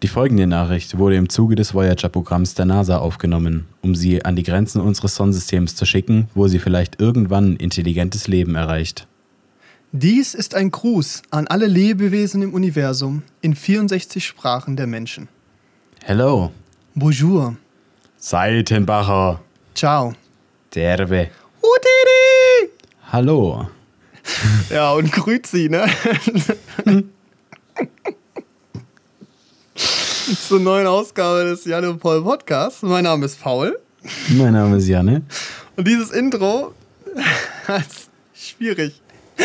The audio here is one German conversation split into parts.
Die folgende Nachricht wurde im Zuge des Voyager-Programms der NASA aufgenommen, um sie an die Grenzen unseres Sonnensystems zu schicken, wo sie vielleicht irgendwann intelligentes Leben erreicht. Dies ist ein Gruß an alle Lebewesen im Universum in 64 Sprachen der Menschen. Hello. Bonjour. Seitenbacher. Ciao. Derbe. Utiri. Hallo. Ja, und grüezi, ne? Zur neuen Ausgabe des Janne und Paul Podcasts. Mein Name ist Paul. Mein Name ist Janne. Und dieses Intro ist schwierig.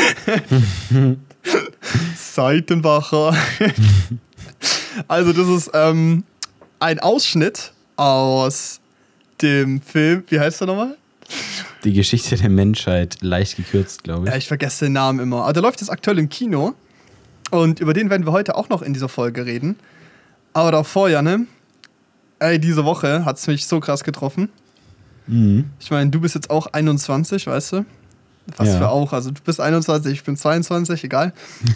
Seitenbacher. Also das ist ein Ausschnitt aus dem Film, wie heißt der nochmal? Die Geschichte der Menschheit, leicht gekürzt, glaube ich. Ja, ich vergesse den Namen immer. Aber der läuft jetzt aktuell im Kino. Und über den werden wir heute auch noch in dieser Folge reden. Aber davor, Janne, diese Woche hat es mich so krass getroffen. Mhm. Ich meine, du bist jetzt auch 21, weißt du? Was ja. für auch. Also du bist 21, ich bin 22, egal.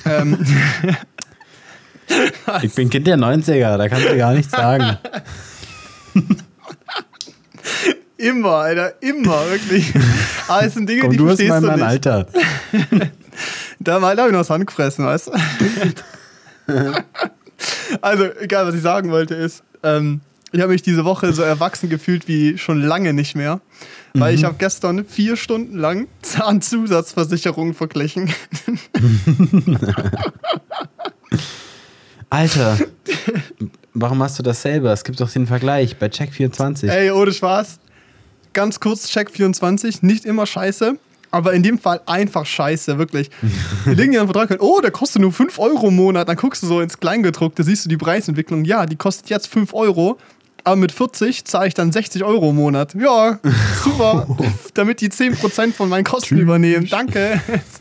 Ich bin Kind der 90er, da kannst du gar nichts sagen. Immer, Alter, immer, wirklich. Aber es sind Dinge, Komm, die du hast verstehst mal du mein nicht. Alter. Da habe ich noch das Hand gefressen, weißt du? Also, egal, was ich sagen wollte, ist, ich habe mich diese Woche so erwachsen gefühlt wie schon lange nicht mehr. Weil ich habe gestern 4 Stunden lang Zahnzusatzversicherung verglichen. Alter, warum machst du das selber? Es gibt doch den Vergleich bei Check24. Ey, ohne Spaß. Ganz kurz, Check24, nicht immer scheiße, aber in dem Fall einfach scheiße, wirklich. Die legen dir einen Vertrag, oh, der kostet nur 5 Euro im Monat. Dann guckst du so ins Kleingedruckte, siehst du die Preisentwicklung. Ja, die kostet jetzt 5 Euro, aber mit 40 zahle ich dann 60 Euro im Monat. Ja, super, damit die 10% von meinen Kosten übernehmen. Danke.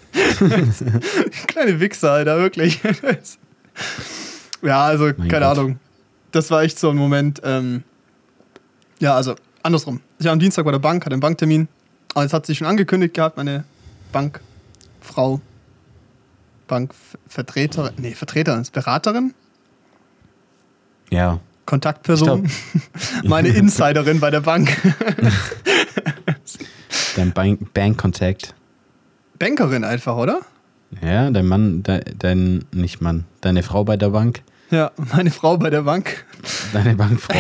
Kleine Wichser, Alter, wirklich. Ja, also, keine Ahnung. Das war echt so ein Moment, ja, also, andersrum. Ich war am Dienstag bei der Bank, hatte einen Banktermin. Aber jetzt hat sie schon angekündigt gehabt, meine Bankfrau, Bankvertreterin, Vertreterin, ist Beraterin? Ja. Kontaktperson? Meine Insiderin bei der Bank. Dein Bankkontakt. Bankerin einfach, oder? Ja, dein Mann, nicht Mann, deine Frau bei der Bank. Ja, meine Frau bei der Bank. Deine Bankfrau.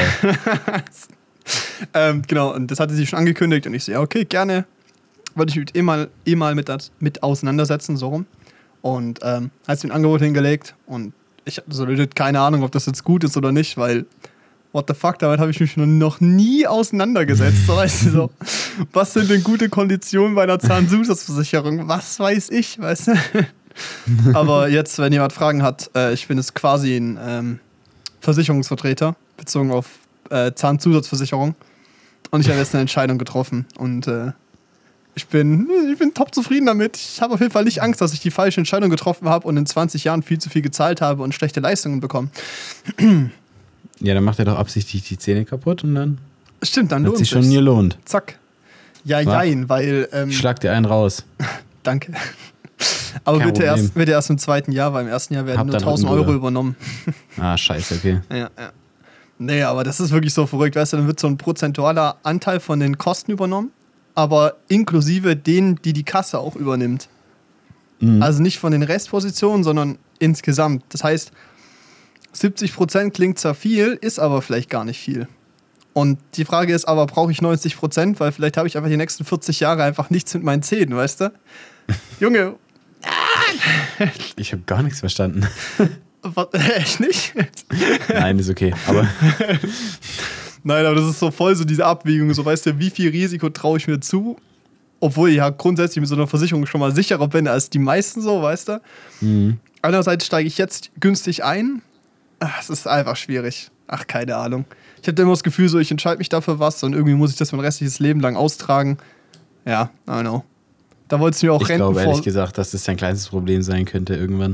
Genau, und das hatte sie schon angekündigt und ich so, ja, okay, gerne. Wollte ich mich mal mit auseinandersetzen, so rum. Und hat sie ein Angebot hingelegt und ich hatte so keine Ahnung, ob das jetzt gut ist oder nicht, weil, what the fuck, damit habe ich mich noch nie auseinandergesetzt. So, weißt du, so, was sind denn gute Konditionen bei einer Zahnzusatzversicherung? Was weiß ich, weißt du? Aber jetzt, wenn jemand Fragen hat, ich bin jetzt quasi ein Versicherungsvertreter, bezogen auf Zahnzusatzversicherung. Und ich habe jetzt eine Entscheidung getroffen. Und ich bin top zufrieden damit. Ich habe auf jeden Fall nicht Angst, dass ich die falsche Entscheidung getroffen habe und in 20 Jahren viel zu viel gezahlt habe und schlechte Leistungen bekomme. Ja, dann macht er doch absichtlich die Zähne kaputt und dann Stimmt, dann hat lohnt sich sich's. schon gelohnt. Zack. Ja, Was? jein, weil... Ich schlag dir einen raus. Danke. Aber Kein bitte Problem. erst im zweiten Jahr, weil im ersten Jahr werden Hab nur dann 1000 Rückenbruder. Euro übernommen. Ah, scheiße, okay. Ja. Nee, aber das ist wirklich so verrückt. Weißt du, dann wird so ein prozentualer Anteil von den Kosten übernommen, aber inklusive denen, die Kasse auch übernimmt. Mhm. Also nicht von den Restpositionen, sondern insgesamt. Das heißt, 70% klingt zwar viel, ist aber vielleicht gar nicht viel. Und die Frage ist aber, brauche ich 90%? Weil vielleicht habe ich einfach die nächsten 40 Jahre einfach nichts mit meinen Zähnen, weißt du? Junge. Ich habe gar nichts verstanden. Echt nicht? Nein, ist okay. Aber Nein, aber das ist so voll so diese Abwägung. So, weißt du, wie viel Risiko traue ich mir zu? Obwohl ich ja grundsätzlich mit so einer Versicherung schon mal sicherer bin als die meisten so, weißt du? Andererseits steige ich jetzt günstig ein. Es ist einfach schwierig. Ach, keine Ahnung. Ich habe immer das Gefühl, so, ich entscheide mich dafür was und irgendwie muss ich das mein restliches Leben lang austragen. Ja, I don't know. Da wolltest du mir auch ich glaube ehrlich gesagt, dass das dein kleinstes Problem sein könnte irgendwann.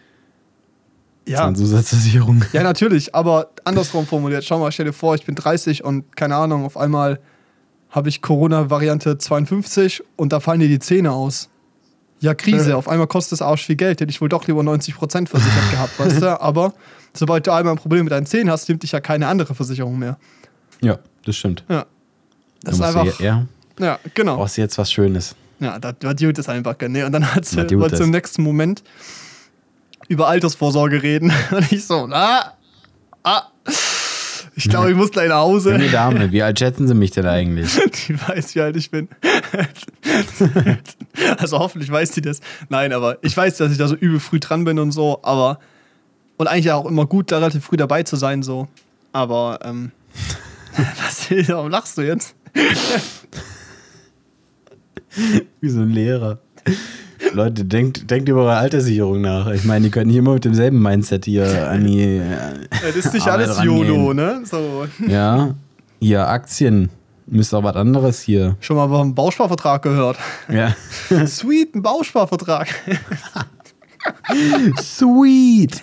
Ja. Zahnzusatzversicherung. Ja, natürlich, aber andersrum formuliert. Schau mal, stell dir vor, ich bin 30 und keine Ahnung, auf einmal habe ich Corona-Variante 52 und da fallen dir die Zähne aus. Ja, Krise. Auf einmal kostet es arsch viel Geld. Hätte ich wohl doch lieber 90% versichert gehabt, weißt du? Aber sobald du einmal ein Problem mit deinen Zähnen hast, nimmt dich ja keine andere Versicherung mehr. Ja, das stimmt. Ja. Das ist einfach. Ja, genau. brauchst du jetzt was Schönes. Ja, das war gut ist einfach. Nee, und dann hat sie Was gut im nächsten Moment über Altersvorsorge reden. Und ich so, ich glaube, ich muss gleich nach Hause. Junge Dame, wie alt schätzen Sie mich denn eigentlich? Die weiß, wie alt ich bin. Also hoffentlich weiß die das. Nein, aber ich weiß, dass ich da so übel früh dran bin und so, aber und eigentlich auch immer gut, da relativ früh dabei zu sein, so. Aber, warum lachst du jetzt? Wie so ein Lehrer. Leute, denkt über eure Alterssicherung nach. Ich meine, die können nicht immer mit demselben Mindset hier an die das ist nicht Arbeit alles rangehen. YOLO, ne? So. Ja, hier Aktien. Müsst auch was anderes hier. Schon mal vom Bausparvertrag gehört. Ja. Sweet, ein Bausparvertrag. Sweet.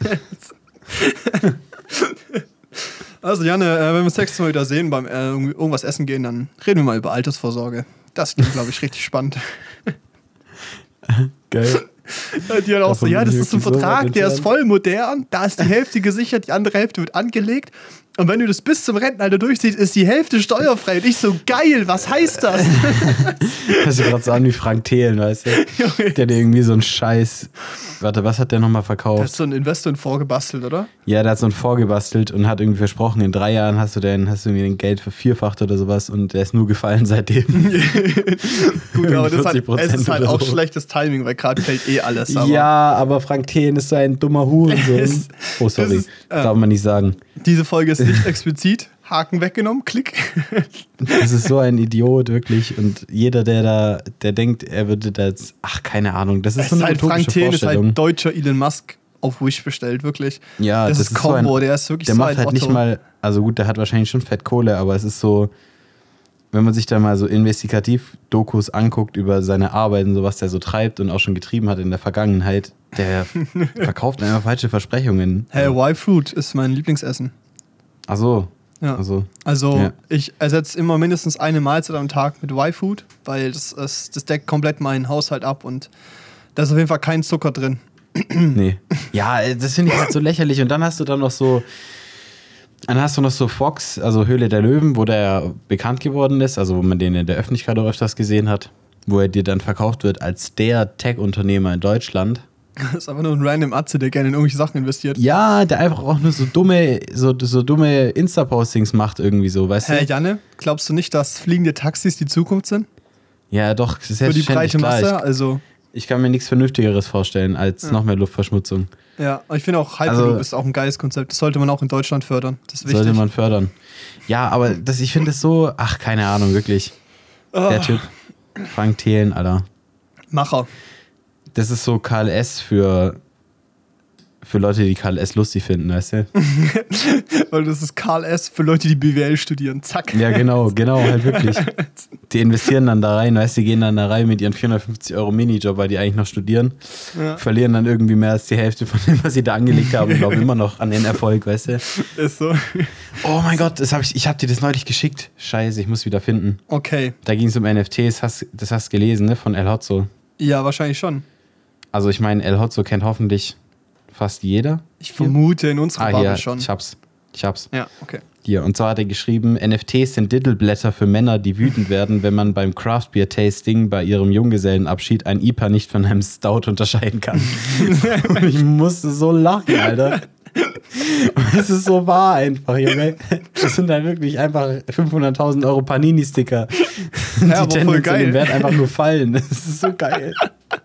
Also Janne, wenn wir uns nächstes Mal wieder sehen, beim irgendwas essen gehen, dann reden wir mal über Altersvorsorge. Das klingt, glaube ich, richtig spannend. Geil. Die halt auch so, Davon ja, das bin ist ein ich wirklich so Vertrag, weit der ist entfernt. voll modern, da ist die Hälfte gesichert, die andere Hälfte wird angelegt. Und wenn du das bis zum Rentenalter durchziehst, ist die Hälfte steuerfrei. Und ich so, geil, was heißt das? Das ist gerade so an wie Frank Thelen, weißt du? Der dir irgendwie so einen Scheiß. Warte, was hat der nochmal Da verkauft? ist so ein Investment vorgebastelt, oder? Ja, der hat so einen vorgebastelt und hat irgendwie versprochen, in 3 Jahren hast du irgendwie den Geld vervierfacht oder sowas und der ist nur gefallen seitdem. Gut, aber das halt, 40% es ist halt oder auch so. schlechtes Timing, weil gerade fällt alles. Aber Ja, aber Frank Thelen ist so ein dummer Hurensohn. Es- Oh, sorry, das ist, darf man nicht sagen. diese Folge ist nicht explizit. Haken weggenommen, Klick. Das ist so ein Idiot, wirklich. Und jeder, der denkt, er würde da jetzt, ach, keine Ahnung, das ist Es so ist eine halt Frank utopische Thelen ist Vorstellung. halt deutscher Elon Musk auf Wish bestellt, wirklich. Ja, das ist so Combo, der ist wirklich der so macht ein halt nicht Otto. mal, also gut, der hat wahrscheinlich schon Fettkohle, aber es ist so, wenn man sich da mal so investigativ Dokus anguckt über seine Arbeiten, so was der so treibt und auch schon getrieben hat in der Vergangenheit, der verkauft einfach falsche Versprechungen. Hey, Y-Fruit ist mein Lieblingsessen. Ach so. Ja. Also, Also ja. ich ersetze immer mindestens eine Mahlzeit am Tag mit Y-Food, weil das deckt komplett meinen Haushalt ab und da ist auf jeden Fall kein Zucker drin. Nee. Ja, das finde ich halt so lächerlich. Und dann hast du noch so Fox, also Höhle der Löwen, wo der bekannt geworden ist, also wo man den in der Öffentlichkeit auch öfters gesehen hat, wo er dir dann verkauft wird als der Tech-Unternehmer in Deutschland. Das ist einfach nur ein random Atze, der gerne in irgendwelche Sachen investiert. Ja, der einfach auch nur so dumme Insta-Postings macht irgendwie so, weißt du? Hey Janne, glaubst du nicht, dass fliegende Taxis die Zukunft sind? Ja, doch, das ist Für die selbstverständlich breite Masse? klar. Also, Ich kann mir nichts Vernünftigeres vorstellen als noch mehr Luftverschmutzung. ja, aber ich finde auch Hyperloop Also- ist auch ein geiles Konzept. Das sollte man auch in Deutschland fördern. Das ist wichtig. Sollte man fördern. Ja, aber ich finde es so, ach, keine Ahnung, wirklich. Der Typ, Frank Thelen, Alter. Macher. Das ist so KLS für Leute, die KLS lustig finden, weißt du? Weil das ist Karl S. für Leute, die BWL studieren. Zack. Ja, genau, halt wirklich. Die investieren dann da rein, weißt du, die gehen dann da rein mit ihren 450 € Minijob, weil die eigentlich noch studieren. Ja. Verlieren dann irgendwie mehr als die Hälfte von dem, was sie da angelegt haben, glauben immer noch an den Erfolg, weißt du? Ist so. Oh mein Gott, ich hab dir das neulich geschickt. Scheiße, ich muss wieder finden. Okay. Da ging es um NFTs, das hast du gelesen, ne? Von El Hotzo. Ja, wahrscheinlich schon. Also ich meine, El Hotzo kennt hoffentlich fast jeder. Ich vermute in unserer Bubble Hier, schon. ich hab's. Ja, okay. Hier, und zwar hat er geschrieben, NFTs sind Diddleblätter für Männer, die wütend werden, wenn man beim Craft Beer Tasting bei ihrem Junggesellenabschied ein IPA nicht von einem Stout unterscheiden kann. Ich musste so lachen, Alter. Es ist so wahr einfach, Junge. Das sind halt wirklich einfach 500.000 € Panini-Sticker. Die aber voll tendenziell geil. den Wert einfach nur fallen. Das ist so geil.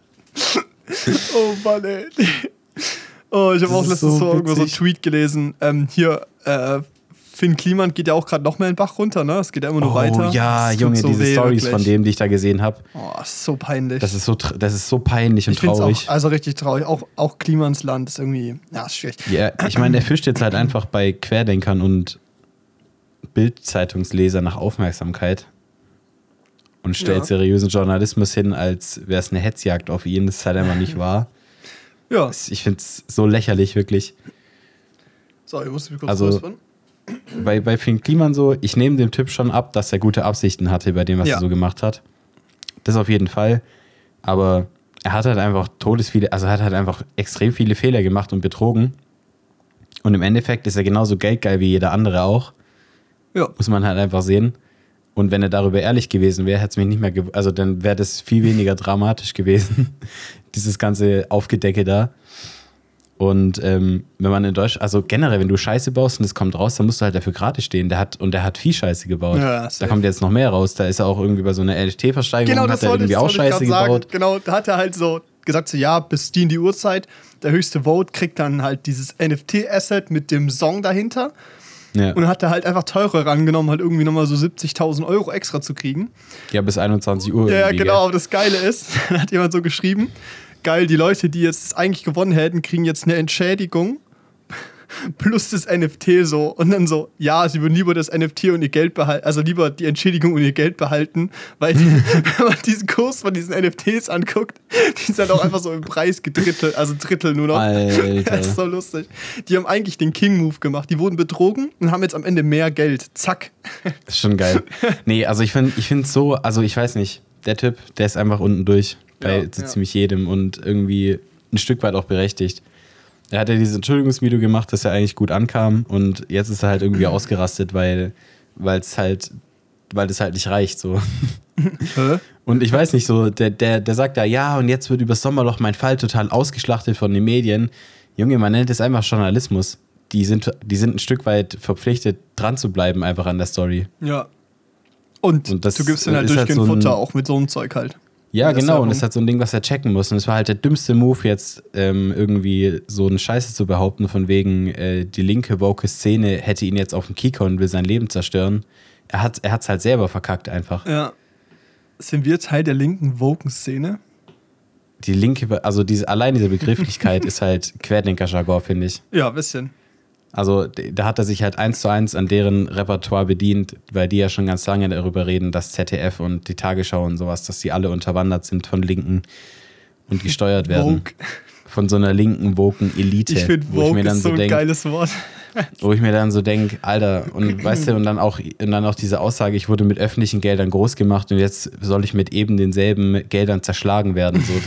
Oh Mann, ey. Oh, ich habe Das auch ist letztens so so irgendwo so einen witzig. Tweet gelesen. Finn Kliman geht ja auch gerade noch mehr in den Bach runter, ne? Es geht ja immer nur weiter. Oh ja, Das tut Junge, so diese weh, Stories wirklich. von dem, die ich da gesehen habe. Oh, ist so peinlich. Das ist so peinlich und ich finde es traurig. auch, also richtig traurig. Auch Klimans Land ist irgendwie, ja, ist schwierig. Ja, ich meine, er fischt jetzt halt einfach bei Querdenkern und Bild-Zeitungsleser nach Aufmerksamkeit und stellt Ja. seriösen Journalismus hin, als wäre es eine Hetzjagd auf ihn. Das ist halt einfach nicht wahr. Ja, Ich finde es so lächerlich, wirklich. so, ich muss mich kurz Also- räuspern. Bei Finn Kliman so, ich nehme dem Typ schon ab, dass er gute Absichten hatte bei dem, was Ja. er so gemacht hat. Das auf jeden Fall. Aber er hat halt einfach er hat halt einfach extrem viele Fehler gemacht und betrogen. Und im Endeffekt ist er genauso geldgeil wie jeder andere auch. Ja. Muss man halt einfach sehen. Und wenn er darüber ehrlich gewesen wäre, hätte es mich nicht mehr, also dann wäre das viel weniger dramatisch gewesen, dieses ganze Aufgedecke da. Und wenn man in Deutschland, also generell, wenn du Scheiße baust und es kommt raus, dann musst du halt dafür gerade stehen. Der hat viel Scheiße gebaut. Ja, da kommt jetzt noch mehr raus. Da ist er auch irgendwie bei so einer NFT-Versteigerung, hat er irgendwie auch Scheiße gebaut. Genau, da hat er halt so gesagt, so ja, bis die Uhrzeit, der höchste Vote kriegt dann halt dieses NFT-Asset mit dem Song dahinter. Ja. Und hat er halt einfach teurer rangenommen, halt irgendwie nochmal so 70.000 Euro extra zu kriegen. Ja, bis 21 Uhr. Ja, genau, aber das Geile ist, dann hat jemand so geschrieben, geil, die Leute, die jetzt eigentlich gewonnen hätten, kriegen jetzt eine Entschädigung plus das NFT so. Und dann so, ja, sie würden lieber das NFT und ihr Geld behalten, also lieber die Entschädigung und ihr Geld behalten, weil wenn man diesen Kurs von diesen NFTs anguckt, die sind halt auch einfach so im Preis gedrittelt, also Drittel nur noch. Alter. Das ist so lustig. Die haben eigentlich den King-Move gemacht. Die wurden betrogen und haben jetzt am Ende mehr Geld. Zack. Das ist schon geil. Nee, also ich finde so, also ich weiß nicht, der Typ, der ist einfach unten durch bei so ziemlich jedem und irgendwie ein Stück weit auch berechtigt. Er hat ja dieses Entschuldigungsvideo gemacht, das ja eigentlich gut ankam und jetzt ist er halt irgendwie ausgerastet, weil das halt nicht reicht so. Und ich weiß nicht so, der sagt ja und jetzt wird über das Sommerloch mein Fall total ausgeschlachtet von den Medien. Junge, man nennt es einfach Journalismus. Die sind ein Stück weit verpflichtet, dran zu bleiben einfach an der Story. Ja. Und das du gibst ihnen halt ist durchgehend halt so Futter, auch mit so einem Zeug halt. Ja, genau, und das ist halt so ein Ding, was er checken muss. Und es war halt der dümmste Move, jetzt irgendwie so eine Scheiße zu behaupten, von wegen, die linke woke Szene hätte ihn jetzt auf den Kieker und will sein Leben zerstören. Er hat's halt selber verkackt einfach. Ja. Sind wir Teil der linken woken Szene? Die linke, also allein diese Begrifflichkeit ist halt Querdenker-Jargon, finde ich. Ja, ein bisschen. Also da hat er sich halt 1:1 an deren Repertoire bedient, weil die ja schon ganz lange darüber reden, dass ZDF und die Tagesschau und sowas, dass die alle unterwandert sind von Linken und gesteuert werden. Woke. Von so einer linken, woken Elite. Ich finde Woke ist so ein geiles Wort. Wo ich mir dann so denke, Alter, und weißt du, und dann auch diese Aussage, ich wurde mit öffentlichen Geldern groß gemacht und jetzt soll ich mit eben denselben Geldern zerschlagen werden. So,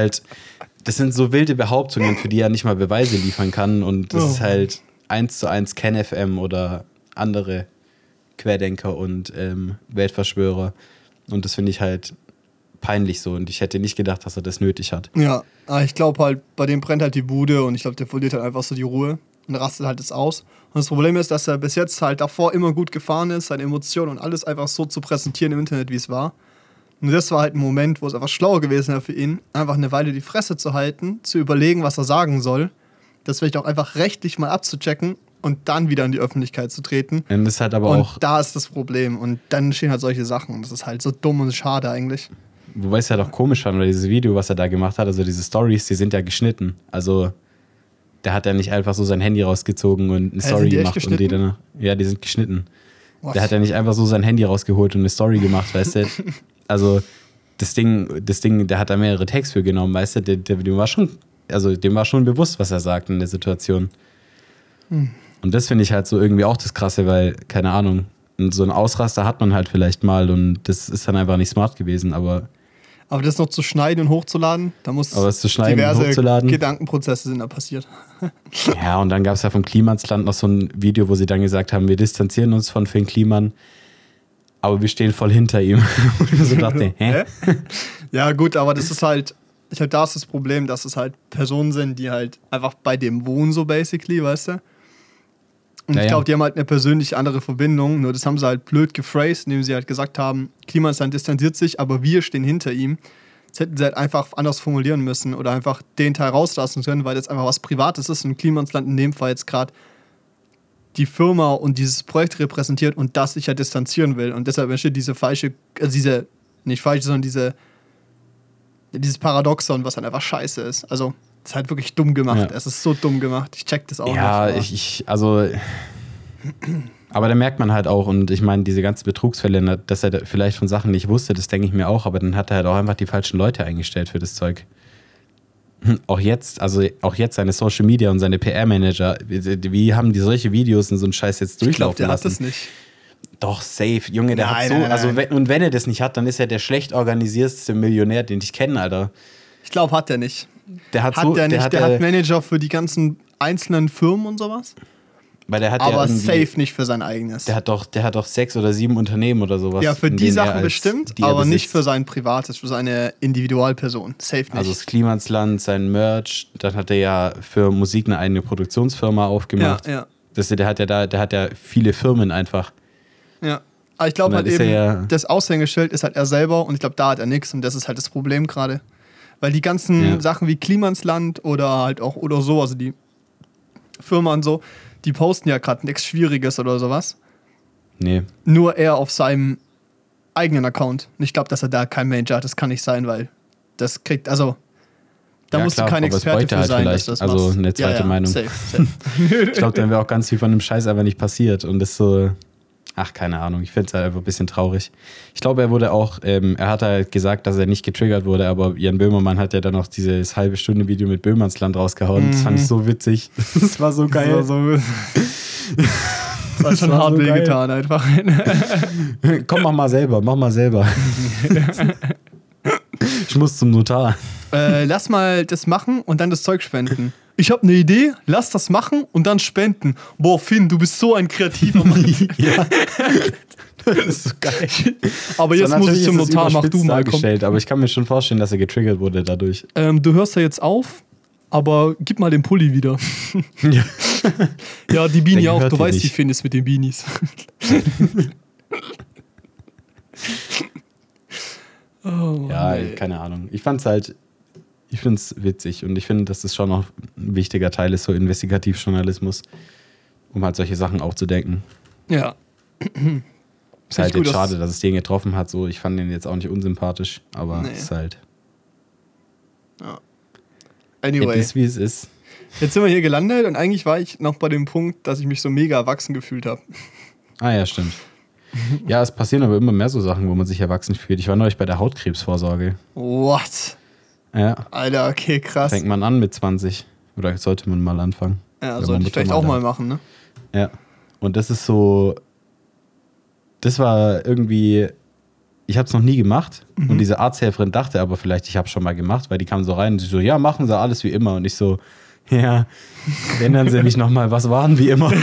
das sind so wilde Behauptungen, für die er nicht mal Beweise liefern kann und das ist halt 1:1 KenFM oder andere Querdenker und Weltverschwörer. Und das finde ich halt peinlich so. Und ich hätte nicht gedacht, dass er das nötig hat. Ja, aber ich glaube halt, bei dem brennt halt die Bude und ich glaube, der verliert halt einfach so die Ruhe und rastet halt das aus. Und das Problem ist, dass er bis jetzt halt davor immer gut gefahren ist, seine Emotionen und alles einfach so zu präsentieren im Internet, wie es war. Und das war halt ein Moment, wo es einfach schlauer gewesen wäre für ihn, einfach eine Weile die Fresse zu halten, zu überlegen, was er sagen soll, das vielleicht auch einfach rechtlich mal abzuchecken und dann wieder in die Öffentlichkeit zu treten. Und das ist halt aber und auch. Da ist das Problem. Und dann entstehen halt solche Sachen. Das ist halt so dumm und schade eigentlich. Wobei es ja doch komisch war, weil dieses Video, was er da gemacht hat, also diese Stories, die sind ja geschnitten. Also der hat ja nicht einfach so sein Handy rausgezogen und eine Story gemacht und die dann. Ja, die sind geschnitten. Was? Der hat ja nicht einfach so sein Handy rausgeholt und eine Story gemacht, weißt du? Also das Ding, der hat da mehrere Tags für genommen, weißt du? Dem war schon bewusst, was er sagt in der Situation. Und das finde ich halt so irgendwie auch das Krasse, weil, keine Ahnung, so einen Ausraster hat man halt vielleicht mal und das ist dann einfach nicht smart gewesen, aber das noch zu schneiden und hochzuladen, da muss diverse Gedankenprozesse sind da passiert. Ja, und dann gab es ja vom Klimansland noch so ein Video, wo sie dann gesagt haben, wir distanzieren uns von Finn Kliman, aber wir stehen voll hinter ihm. Und ich so dachte, hä? Ja gut, aber das ist halt, ich glaube, da ist das Problem, dass es halt Personen sind, die halt einfach bei dem wohnen, so basically, weißt du? Und ich glaube, die haben halt eine persönlich andere Verbindung, nur das haben sie halt blöd gephrased, indem sie halt gesagt haben, Klimansland distanziert sich, aber wir stehen hinter ihm. Das hätten sie halt einfach anders formulieren müssen oder einfach den Teil rauslassen können, weil das einfach was Privates ist und Klimansland in dem Fall jetzt gerade die Firma und dieses Projekt repräsentiert und das sich ja distanzieren will. Und deshalb entsteht dieses Paradoxon, was dann einfach scheiße ist. Also, das ist halt wirklich dumm gemacht. Ja. Es ist so dumm gemacht. Ich check das auch nicht. Aber da merkt man halt auch, und ich meine, diese ganzen Betrugsfälle, dass er vielleicht von Sachen nicht wusste, das denke ich mir auch, aber dann hat er halt auch einfach die falschen Leute eingestellt für das Zeug. Auch jetzt seine Social Media und seine PR-Manager, wie haben die solche Videos und so einen Scheiß jetzt durchlaufen lassen? Ich glaube, der hat das nicht. Doch, safe. Junge, der hat so, nein. Also wenn er das nicht hat, dann ist er der schlecht organisierteste Millionär, den ich kenne, Alter. Ich glaube, hat der nicht. Der hat Der hat Manager für die ganzen einzelnen Firmen und sowas. Weil der hat aber safe nicht für sein eigenes. Der hat doch 6 oder 7 Unternehmen oder sowas. Ja, für die Sachen bestimmt, aber nicht für sein privates, für seine Individualperson. Safe nicht. Also das Klimansland, sein Merch, dann hat er ja für Musik eine eigene Produktionsfirma aufgemacht. Ja. Der hat ja viele Firmen einfach. Ja. Aber ich glaube halt eben, das Aushängeschild ist halt er selber und ich glaube, da hat er nichts und das ist halt das Problem gerade. Weil die ganzen Sachen wie Klimansland oder halt auch oder so, also die Firma und so, die posten ja gerade nichts Schwieriges oder sowas. Nee. Nur er auf seinem eigenen Account. Und ich glaube, dass er da kein Manager hat. Das kann nicht sein, weil das kriegt, also da musst du kein Experte für sein, dass das also machst. Eine zweite Meinung. Safe. Ich glaube, dann wäre auch ganz viel von dem Scheiß einfach nicht passiert. Und das so, keine Ahnung. Ich finde es halt einfach ein bisschen traurig. Ich glaube, er wurde auch, er hat halt gesagt, dass er nicht getriggert wurde, aber Jan Böhmermann hat ja dann noch dieses halbe Stunde Video mit Böhmernsland rausgehauen. Das fand ich so witzig. Das war so geil. Das war schon hart wehgetan einfach. Komm, mach mal selber. Ich muss zum Notar. Lass mal das machen und dann das Zeug spenden. Ich habe eine Idee, lass das machen und dann spenden. Boah, Finn, du bist so ein kreativer Mann. Ja. Das ist so geil. Aber jetzt muss ich zum Notar, mach du mal. Aber ich kann mir schon vorstellen, dass er getriggert wurde dadurch. Du hörst ja jetzt auf, aber gib mal den Pulli wieder. Ja, ja, die Beanie auch. Du weißt, wie Finn ist mit den Beanies. Oh, ja, keine Ahnung. Ich finde es witzig und ich finde, dass das schon noch ein wichtiger Teil ist, so Investigativjournalismus, um halt solche Sachen aufzudecken. Ja. Ist halt jetzt schade, dass es den getroffen hat. So, ich fand den jetzt auch nicht unsympathisch, aber es ist halt. Ja. Anyway. Es ist, wie es ist. Jetzt sind wir hier gelandet und eigentlich war ich noch bei dem Punkt, dass ich mich so mega erwachsen gefühlt habe. Ah ja, stimmt. Ja, es passieren aber immer mehr so Sachen, wo man sich erwachsen fühlt. Ich war neulich bei der Hautkrebsvorsorge. What? Ja. Alter, okay, krass. Fängt man an mit 20. Oder sollte man mal anfangen? Ja, sollte ich vielleicht auch mal machen, ne? Ja. Und das ist so. Das war irgendwie. Ich habe es noch nie gemacht. Und diese Arzthelferin dachte aber vielleicht, ich habe schon mal gemacht, weil die kam so rein und sie so, ja, machen sie alles wie immer. Und ich so, ja, ändern sie nicht nochmal, was waren wie immer?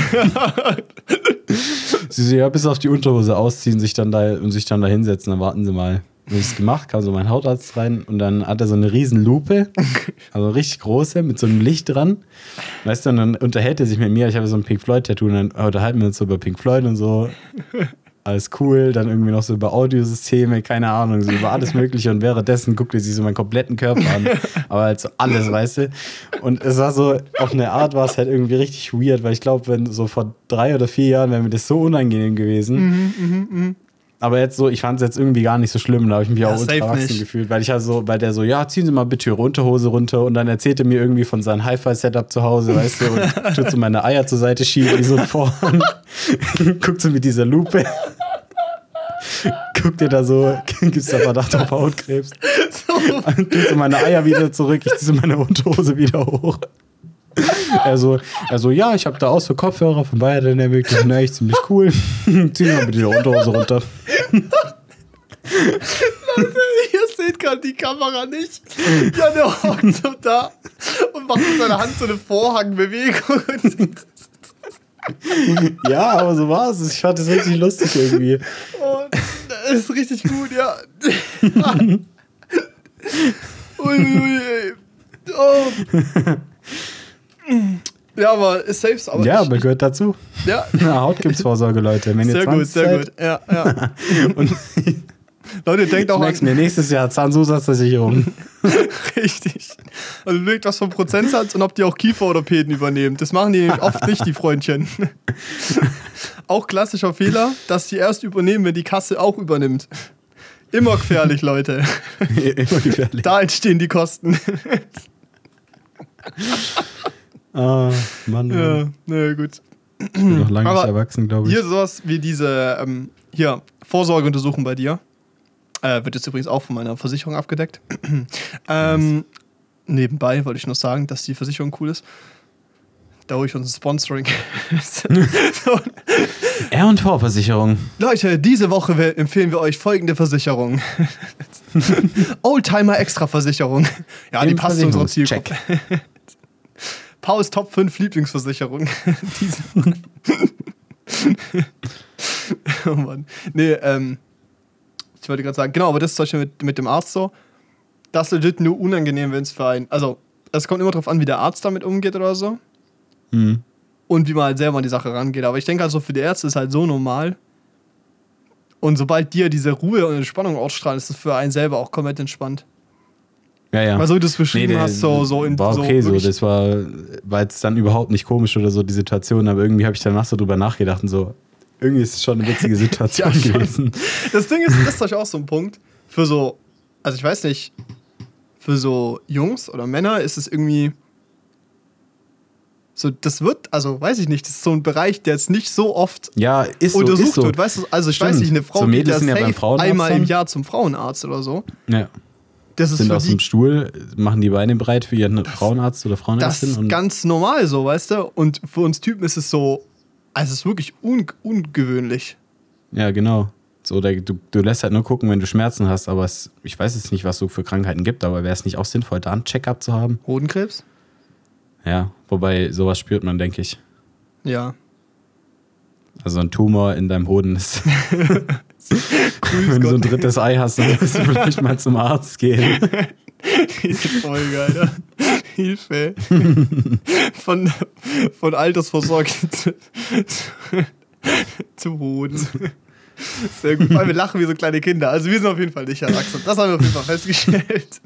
Sie so, ja, bis auf die Unterhose ausziehen sich dann da hinsetzen, dann warten sie mal. Und ich es gemacht, kam so mein Hautarzt rein und dann hat er so eine riesen Lupe, also richtig große, mit so einem Licht dran. Weißt du, und dann unterhält er sich mit mir, ich habe so ein Pink Floyd-Tattoo und dann unterhalten wir uns so über Pink Floyd und so. Alles cool, dann irgendwie noch so über Audiosysteme, keine Ahnung, so über alles Mögliche und währenddessen guckt er sich so meinen kompletten Körper an, aber halt so alles, weißt du. Und es war so, auf eine Art war es halt irgendwie richtig weird, weil ich glaube, wenn so vor 3 oder 4 Jahren wäre mir das so unangenehm gewesen. Aber jetzt so, ich fand es jetzt irgendwie gar nicht so schlimm, da habe ich mich auch ultra erwachsen gefühlt, weil der so, ja, ziehen Sie mal bitte Ihre Unterhose runter und dann erzählt er mir irgendwie von seinem Hi-Fi-Setup zu Hause, weißt du, und tut so meine Eier zur Seite schieben, wie so ein Vorhang, guckt so mit dieser Lupe, guckt dir da so, gibt's da Verdacht auf Hautkrebs, tut so meine Eier wieder zurück, ich ziehe so meine Unterhose wieder hoch. Er so, ja, ich habe da auch so Kopfhörer von Biodynamic, die sind echt ziemlich cool. Zieh mal bitte die Unterhose runter. Leute, ihr seht gerade die Kamera nicht. Ja, der hockt so da und macht mit seiner Hand so eine Vorhangbewegung. Ja, aber so war es. Ich fand das richtig lustig irgendwie. Und das ist richtig gut, ja. Ui. Oh. Ja, aber ist safe. Aber ja, aber gehört dazu. Ja. Hautkrebsvorsorge, Leute. Wenn sehr gut, sehr gut. Ja. Und Leute, denkt auch an... mir nächstes Jahr Zahnzusatzversicherung. Richtig. Also überlegt, was für ein Prozentsatz und ob die auch Kieferorthopäden übernehmen. Das machen die nämlich oft nicht, die Freundchen. Auch klassischer Fehler, dass die erst übernehmen, wenn die Kasse auch übernimmt. Immer gefährlich, Leute. Immer gefährlich. Da entstehen die Kosten. Ah, Mann. Ja, na gut. Ich bin noch lange nicht erwachsen, glaube ich. Hier sowas wie diese Vorsorgeuntersuchung bei dir. Wird jetzt übrigens auch von meiner Versicherung abgedeckt. Nebenbei wollte ich noch sagen, dass die Versicherung cool ist. Da hole ich uns ein Sponsoring. R&V-Versicherung. Leute, diese Woche empfehlen wir euch folgende Versicherung. Oldtimer-Extra-Versicherung. Ja, die passt zu unserer Zielgruppe. Check. Paus Top 5 Lieblingsversicherung. Oh Mann. Nee, ich wollte gerade sagen, genau, aber das ist zum Beispiel mit dem Arzt so. Das ist legit nur unangenehm, wenn es für einen. Also, es kommt immer drauf an, wie der Arzt damit umgeht oder so. Mhm. Und wie man halt selber an die Sache rangeht. Aber ich denke also, für die Ärzte ist halt so normal. Und sobald dir diese Ruhe und Entspannung ausstrahlen, ist es für einen selber auch komplett entspannt. Ja. Weil so wie du es beschrieben hast, so in war okay so. wirklich- Das war jetzt dann überhaupt nicht komisch oder so, die Situation, aber irgendwie habe ich danach so drüber nachgedacht und so, irgendwie ist es schon eine witzige Situation Ja, schon. gewesen. Das Ding ist, das ist euch auch so ein Punkt. Für so, also ich weiß nicht, für so Jungs oder Männer ist es irgendwie so, das wird, also weiß ich nicht, das ist so ein Bereich, der jetzt nicht so oft Ja, ist so. untersucht Ist so. wird, weißt du? Also ich Stimmt. weiß nicht, eine Frau So geht Mädels ja sind ja beim safe Frauenarzt einmal im dann. Jahr zum Frauenarzt oder so. Ja. Das ist Sind für aus die, dem Stuhl, machen die Beine breit für ihren Frauenarzt oder das Frauenärztin. ist ganz normal so, weißt du? Und für uns Typen ist es so, also es ist wirklich ungewöhnlich. Ja, genau. So, du lässt halt nur gucken, wenn du Schmerzen hast, aber ich weiß jetzt nicht, was es so für Krankheiten gibt, aber wäre es nicht auch sinnvoll, da einen Check-up zu haben? Hodenkrebs? Ja, wobei sowas spürt man, denke ich. Ja. Also ein Tumor in deinem Hoden ist. Wenn du so ein drittes Ei hast, dann musst du vielleicht mal zum Arzt gehen. Diese Folge, Alter. Hilfe. Von Altersvorsorge zu Hoden. Sehr gut, weil wir lachen wie so kleine Kinder. Also wir sind auf jeden Fall nicht erwachsen. Das haben wir auf jeden Fall festgestellt.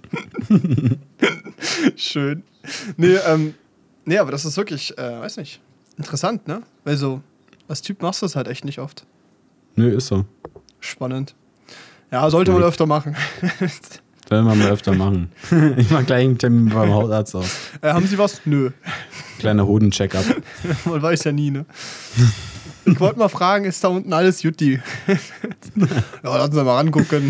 Schön. Nee, aber das ist wirklich, weiß nicht, interessant, ne? Weil so, als Typ machst du das halt echt nicht oft. Nö, ist so. Spannend. Ja, sollte man öfter machen. Will man mal öfter machen. Ich mach gleich einen Termin beim Hautarzt aus. Haben Sie was? Nö. Kleiner Hoden-Check-up. Man weiß ja nie, ne? Ich wollte mal fragen, ist da unten alles Jutti? Ja, lassen Sie mal rangucken.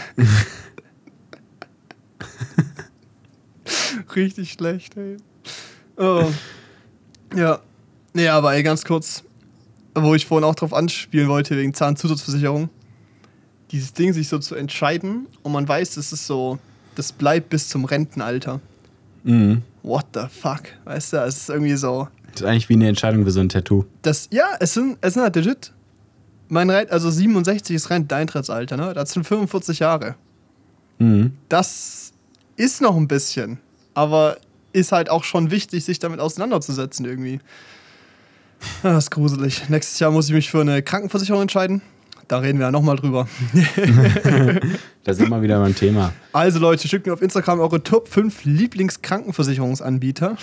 Richtig schlecht, ey. Oh. Ja. Nee, aber ey, ganz kurz, wo ich vorhin auch drauf anspielen wollte, wegen Zahnzusatzversicherung. Dieses Ding, sich so zu entscheiden und man weiß, das ist so, das bleibt bis zum Rentenalter. Mhm. What the fuck? Weißt du, es ist irgendwie so. Das ist eigentlich wie eine Entscheidung für so ein Tattoo. Es sind halt legit. Also 67 ist Renteneintrittsalter, ne? Das sind 45 Jahre. Mhm. Das ist noch ein bisschen, aber ist halt auch schon wichtig, sich damit auseinanderzusetzen irgendwie. Das ist gruselig. Nächstes Jahr muss ich mich für eine Krankenversicherung entscheiden. Da reden wir ja nochmal drüber. Da sind wir wieder beim Thema. Also Leute, schickt mir auf Instagram eure Top 5 Lieblingskrankenversicherungsanbieter.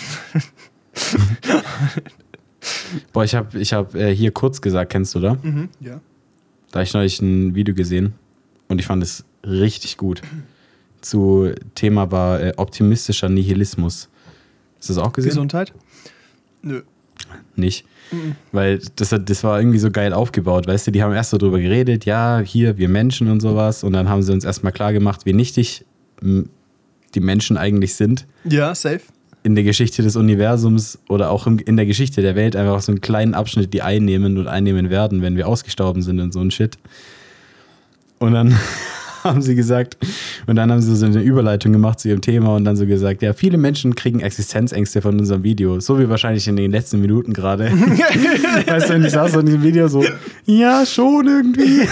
Boah, ich hab hier kurz gesagt, kennst du da? Ja. Da habe ich neulich ein Video gesehen und ich fand es richtig gut. Zu Thema war optimistischer Nihilismus. Hast du das auch gesehen? Gesundheit? Nö. Nicht. Weil das war irgendwie so geil aufgebaut, weißt du, die haben erst so drüber geredet, ja, hier, wir Menschen und sowas, und dann haben sie uns erstmal klar gemacht, wie nichtig die Menschen eigentlich sind. Ja, safe. In der Geschichte des Universums oder auch in der Geschichte der Welt einfach so einen kleinen Abschnitt, die einnehmen werden, wenn wir ausgestorben sind und so ein Shit. Und dann haben sie gesagt, und dann haben sie so eine Überleitung gemacht zu ihrem Thema und dann so gesagt, ja, viele Menschen kriegen Existenzängste von unserem Video, so wie wahrscheinlich in den letzten Minuten gerade. Weißt du, und ich saß so in dem Video so, ja, schon irgendwie.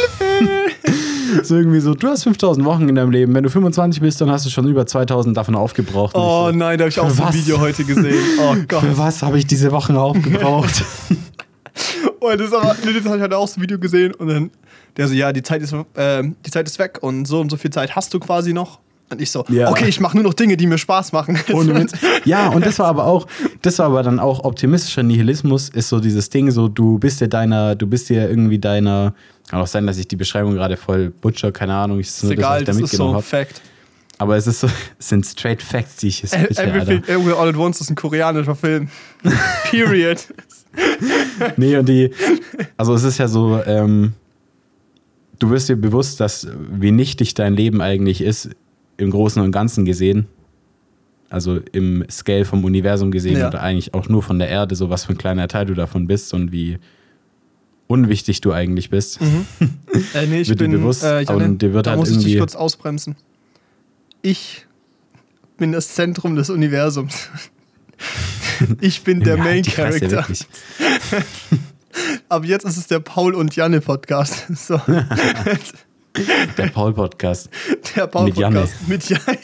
So irgendwie so, du hast 5000 Wochen in deinem Leben, wenn du 25 bist, dann hast du schon über 2000 davon aufgebraucht. Und Oh ich so, nein, da habe ich auch so ein was? Video heute gesehen. Oh Gott. für was habe ich diese Wochen aufgebraucht? Und das habe ich halt auch so ein Video gesehen und dann der so, ja, die Zeit ist weg und so viel Zeit hast du quasi noch. Und ich so, Ja. okay, ich mache nur noch Dinge, die mir Spaß machen. Ohne Witz. Ja, und das war aber dann auch optimistischer Nihilismus, ist so dieses Ding, so du bist dir irgendwie deiner, kann auch sein, dass ich die Beschreibung gerade voll butcher, keine Ahnung, Ist egal, das ist so ein Fact. Aber es sind straight Facts, die ich jetzt bitte, Everything Alter. Everywhere All at Once ist ein koreanischer Film. Period. Nee, also es ist ja so, du wirst dir bewusst, dass wie nichtig dein Leben eigentlich ist, im Großen und Ganzen gesehen, also im Scale vom Universum gesehen Ja. oder eigentlich auch nur von der Erde, so was für ein kleiner Teil du davon bist und wie unwichtig du eigentlich bist. Nee, ich wird bin dir bewusst, Janne, und dir wird da halt muss ich dich irgendwie... kurz ausbremsen. Ich bin das Zentrum des Universums. Ich bin der Main Die Fresse, Character. wirklich. Aber jetzt ist es der Paul und Janne Podcast. So. Der Paul-Podcast. Der Paul Mit Janne. Podcast. Mit Janne.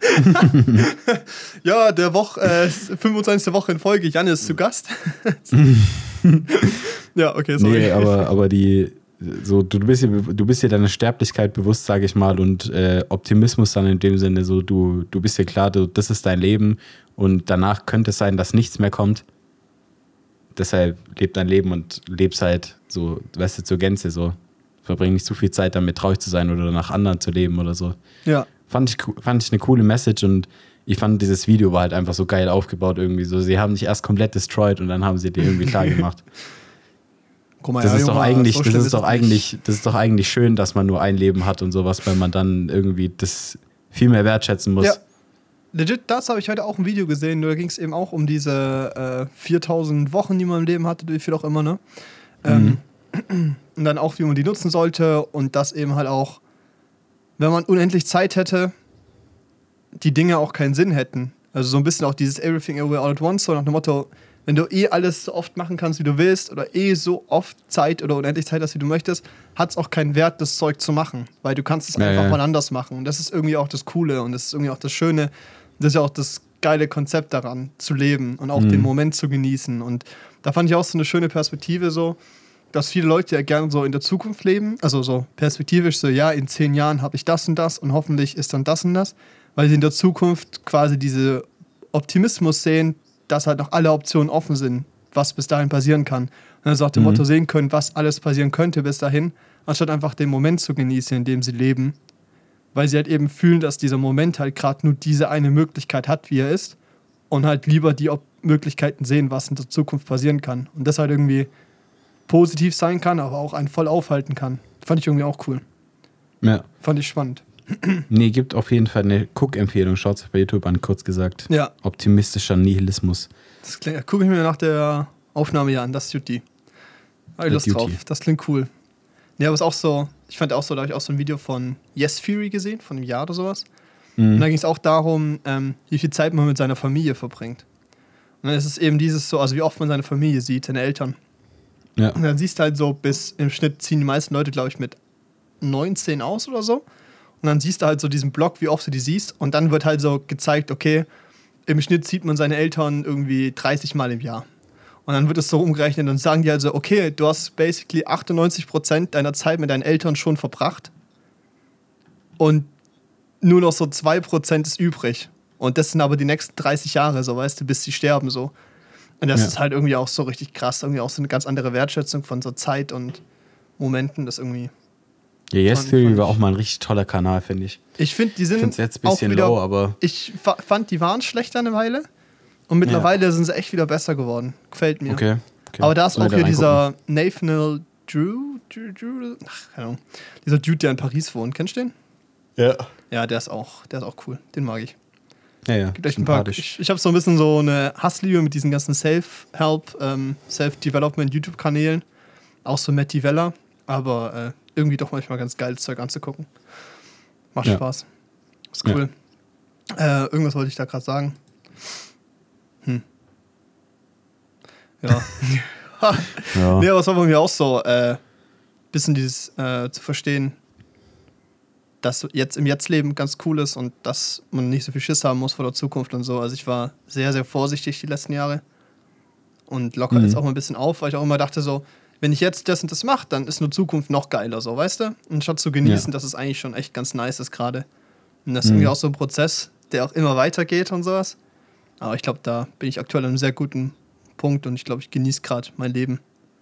Ja, der 25. Woche in Folge. Janne ist zu Gast. Ja, okay, sorry. Nee, aber du bist dir deiner Sterblichkeit bewusst, sage ich mal, und Optimismus dann in dem Sinne, so du bist dir klar, das ist dein Leben und danach könnte es sein, dass nichts mehr kommt. Deshalb leb dein Leben und lebst halt so, weißt du, zur Gänze so. Verbring nicht zu viel Zeit damit, traurig zu sein oder nach anderen zu leben oder so. Ja. Fand ich eine coole Message und ich fand, dieses Video war halt einfach so geil aufgebaut irgendwie so. Sie haben dich erst komplett destroyed und dann haben sie dir irgendwie klar gemacht. Guck mal, Das ja, ist doch Junge, eigentlich, so das schlimm ist doch es nicht. eigentlich, das ist doch eigentlich schön, dass man nur ein Leben hat und sowas, weil man dann irgendwie das viel mehr wertschätzen muss. Ja. Legit, das habe ich heute auch ein Video gesehen. Da ging es eben auch um diese 4000 Wochen, die man im Leben hatte, wie viel auch immer, ne? Und dann auch, wie man die nutzen sollte und dass eben halt auch, wenn man unendlich Zeit hätte, die Dinge auch keinen Sinn hätten. Also so ein bisschen auch dieses Everything Everywhere All at Once, so nach dem Motto, wenn du alles so oft machen kannst, wie du willst oder so oft Zeit oder unendlich Zeit hast, wie du möchtest, hat es auch keinen Wert, das Zeug zu machen, weil du kannst es einfach mal anders machen und das ist irgendwie auch das Coole und das ist irgendwie auch das Schöne, das ist ja auch das geile Konzept daran, zu leben und auch den Moment zu genießen und da fand ich auch so eine schöne Perspektive so, dass viele Leute ja gerne so in der Zukunft leben, also so perspektivisch so, ja, in 10 Jahren habe ich das und hoffentlich ist dann das und das, weil sie in der Zukunft quasi diese Optimismus sehen, dass halt noch alle Optionen offen sind, was bis dahin passieren kann. Und dann so auch dem Motto sehen können, was alles passieren könnte bis dahin, anstatt einfach den Moment zu genießen, in dem sie leben. Weil sie halt eben fühlen, dass dieser Moment halt gerade nur diese eine Möglichkeit hat, wie er ist. Und halt lieber die Möglichkeiten sehen, was in der Zukunft passieren kann. Und das halt irgendwie positiv sein kann, aber auch einen voll aufhalten kann. Fand ich irgendwie auch cool. Ja. Fand ich spannend. Nee, gibt auf jeden Fall eine Guck-Empfehlung. Schaut es bei YouTube an, kurz gesagt. Ja. Optimistischer Nihilismus. Das gucke ich mir nach der Aufnahme ja an, das tut die. Habe ich Lust drauf, das klingt cool. Ja, aber es ist auch so, ich fand auch so, da habe ich auch so ein Video von Yes Theory gesehen, von einem Jahr oder sowas. Und da ging es auch darum, wie viel Zeit man mit seiner Familie verbringt. Und dann ist es eben dieses so, also wie oft man seine Familie sieht, seine Eltern. Ja. Und dann siehst du halt so, bis im Schnitt ziehen die meisten Leute, glaube ich, mit 19 aus oder so. Und dann siehst du halt so diesen Block, wie oft du die siehst. Und dann wird halt so gezeigt, okay, im Schnitt sieht man seine Eltern irgendwie 30 Mal im Jahr. Und dann wird es so umgerechnet und sagen die also, okay, du hast basically 98% deiner Zeit mit deinen Eltern schon verbracht. Und nur noch so 2% ist übrig. Und das sind aber die nächsten 30 Jahre, so weißt du, bis sie sterben so. Und das ist halt irgendwie auch so richtig krass, irgendwie auch so eine ganz andere Wertschätzung von so Zeit und Momenten, das irgendwie. Ja, Yes Theory war auch mal ein richtig toller Kanal, finde ich. Ich finde, die sind Ich finde es jetzt ein bisschen auch wieder, low, aber... Ich fand, die waren schlechter eine Weile. Und mittlerweile sind sie echt wieder besser geworden. Gefällt mir. Okay. Aber da ist Soll auch ich hier da dieser Nathaniel Drew, ach, keine Ahnung. Dieser Dude, der in Paris wohnt. Kennst du den? Ja. Ja, der ist auch cool. Den mag ich. Ja. Gibt echt ein paar. Ich habe so ein bisschen so eine Hassliebe mit diesen ganzen Self-Help, Self-Development YouTube-Kanälen. Auch so Matt Weller. Aber irgendwie doch manchmal ganz geiles Zeug anzugucken. Macht Spaß. Ist cool. Irgendwas wollte ich da gerade sagen. Ja. Nee, aber es war bei mir auch so, bisschen dieses zu verstehen, dass jetzt im Jetzt-Leben ganz cool ist und dass man nicht so viel Schiss haben muss vor der Zukunft und so. Also ich war sehr, sehr vorsichtig die letzten Jahre und locker jetzt auch mal ein bisschen auf, weil ich auch immer dachte so, wenn ich jetzt das und das mache, dann ist nur Zukunft noch geiler, so, weißt du? Und statt zu genießen, dass es eigentlich schon echt ganz nice ist gerade. Und das ist irgendwie auch so ein Prozess, der auch immer weitergeht und sowas. Aber ich glaube, da bin ich aktuell an einem sehr guten Punkt und ich glaube, ich genieße gerade mein Leben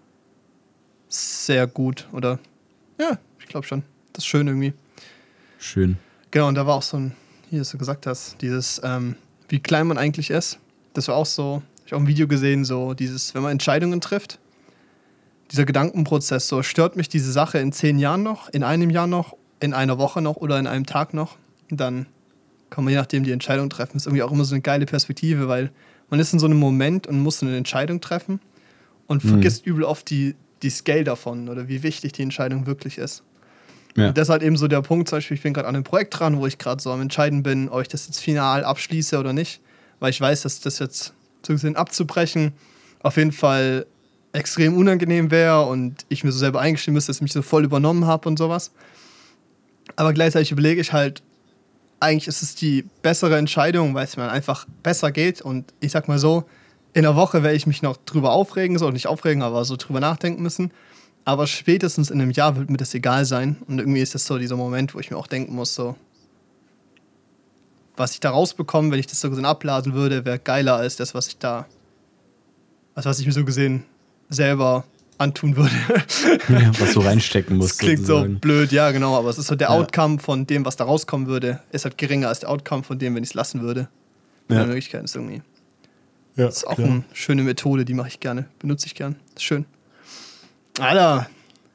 sehr gut. Oder ja, ich glaube schon. Das ist schön irgendwie. Schön. Genau, und da war auch so ein, wie du gesagt hast, dieses, wie klein man eigentlich ist. Das war auch so, ich habe auch ein Video gesehen, so dieses, wenn man Entscheidungen trifft, dieser Gedankenprozess, so stört mich diese Sache in 10 Jahren noch, in einem Jahr noch, in einer Woche noch oder in einem Tag noch. Und dann kann man je nachdem die Entscheidung treffen. Ist irgendwie auch immer so eine geile Perspektive, weil man ist in so einem Moment und muss eine Entscheidung treffen und vergisst übel oft die die Scale davon oder wie wichtig die Entscheidung wirklich ist. Ja. Und das ist halt eben so der Punkt, zum Beispiel, ich bin gerade an einem Projekt dran, wo ich gerade so am Entscheiden bin, ob ich das jetzt final abschließe oder nicht, weil ich weiß, dass das jetzt so gesehen abzubrechen auf jeden Fall extrem unangenehm wäre und ich mir so selber eingestehen müsste, dass ich mich so voll übernommen habe und sowas. Aber gleichzeitig überlege ich halt, eigentlich ist es die bessere Entscheidung, weil es mir einfach besser geht und ich sag mal so, in der Woche werde ich mich noch drüber aufregen, so nicht aufregen, aber so drüber nachdenken müssen. Aber spätestens in einem Jahr wird mir das egal sein. Und irgendwie ist das so dieser Moment, wo ich mir auch denken muss, so, was ich da rausbekomme, wenn ich das so gesehen abblasen würde, wäre geiler als das, was ich mir so gesehen selber antun würde. Ja, was du reinstecken musst. Das klingt sozusagen. so blöd, ja, genau. Aber es ist so, der Ja. Outcome von dem, was da rauskommen würde, ist halt geringer als der Outcome von dem, wenn ich es lassen würde. Ja. Die Möglichkeit ist irgendwie. Ja, Das ist auch eine schöne Methode, die mache ich gerne. Benutze ich gern. Ist schön. Alter.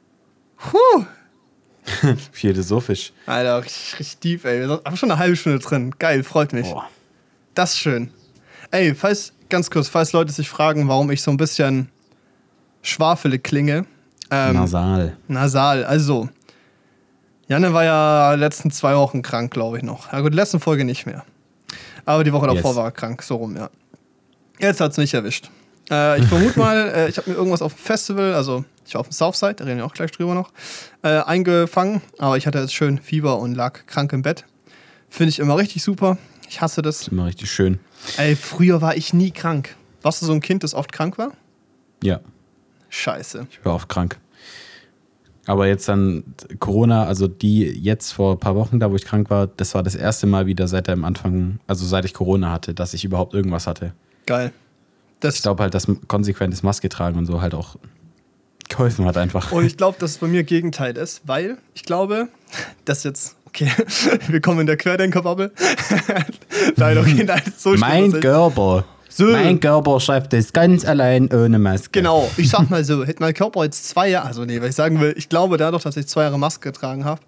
Philosophisch. Alter, richtig tief, ey. Wir sind aber schon eine halbe Stunde drin. Geil, freut mich. Boah. Das ist schön. Ey, ganz kurz, falls Leute sich fragen, warum ich so ein bisschen schwafelig klinge. Nasal. Nasal, also. Janne war ja letzten 2 Wochen krank, glaube ich noch. Ja gut, die letzten Folge nicht mehr. Aber die Woche davor war er krank, so rum, ja. Jetzt hat es mich erwischt. Ich vermute mal, ich habe mir irgendwas auf dem Festival, also ich war auf dem Southside, da reden wir auch gleich drüber noch, eingefangen. Aber ich hatte jetzt schön Fieber und lag krank im Bett. Finde ich immer richtig super. Ich hasse das. Das ist immer richtig schön. Ey, früher war ich nie krank. Warst du so ein Kind, das oft krank war? Ja, Scheiße. ich war oft krank. Aber jetzt dann Corona, also die jetzt vor ein paar Wochen, da wo ich krank war, das war das erste Mal wieder seit dem Anfang, also seit ich Corona hatte, dass ich überhaupt irgendwas hatte. Geil. Ich glaube halt, dass konsequentes Maske tragen und so halt auch geholfen hat einfach. Und ich glaube, dass es bei mir Gegenteil ist, weil ich glaube, dass jetzt, okay, wir kommen in der Querdenker-Bubble. Nein, okay, nein, so schlimm Mein ist es. Körper. So. Mein Körper schafft es ganz allein ohne Maske. Genau, ich sag mal so, hätte mein Körper jetzt 2 Jahre, also nee, weil ich sagen will, ich glaube dadurch, dass ich 2 Jahre Maske getragen habe,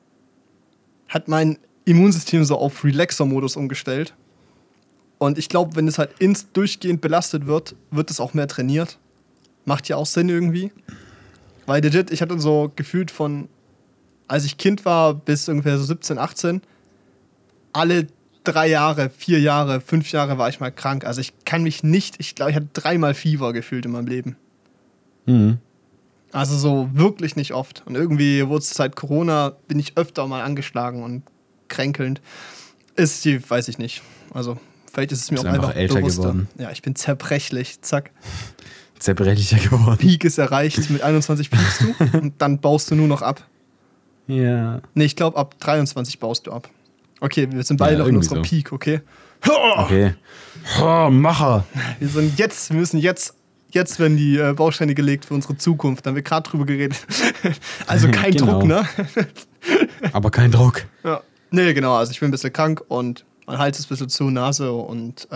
hat mein Immunsystem so auf Relaxer-Modus umgestellt. Und ich glaube, wenn es halt durchgehend belastet wird, wird es auch mehr trainiert. Macht ja auch Sinn irgendwie. Weil legit, ich hatte so gefühlt von, als ich Kind war, bis ungefähr so 17, 18, alle 3 Jahre, 4 Jahre, 5 Jahre war ich mal krank. Also ich kann mich nicht, ich glaube, ich hatte 3-mal Fieber gefühlt in meinem Leben. Mhm. Also so wirklich nicht oft. Und irgendwie wurde es seit Corona, bin ich öfter mal angeschlagen und kränkelnd. Weiß ich nicht. Also vielleicht ist es mir Bist auch einfach älter bewusster. geworden. Ja, ich bin zerbrechlich. Zack. Zerbrechlicher geworden. Peak ist erreicht. Mit 21 piekst du und dann baust du nur noch ab. Ja. Nee, ich glaube, ab 23 baust du ab. Okay, wir sind beide Ja, noch in irgendwie unserer so. Peak, okay? Okay. Oh, Macher. Wir müssen jetzt werden die Bausteine gelegt für unsere Zukunft. Da haben wir gerade drüber geredet. Also kein Genau. Druck, ne? Aber kein Druck. Ja. Nee, genau. Also ich bin ein bisschen krank und mein Hals ist ein bisschen zu, Nase und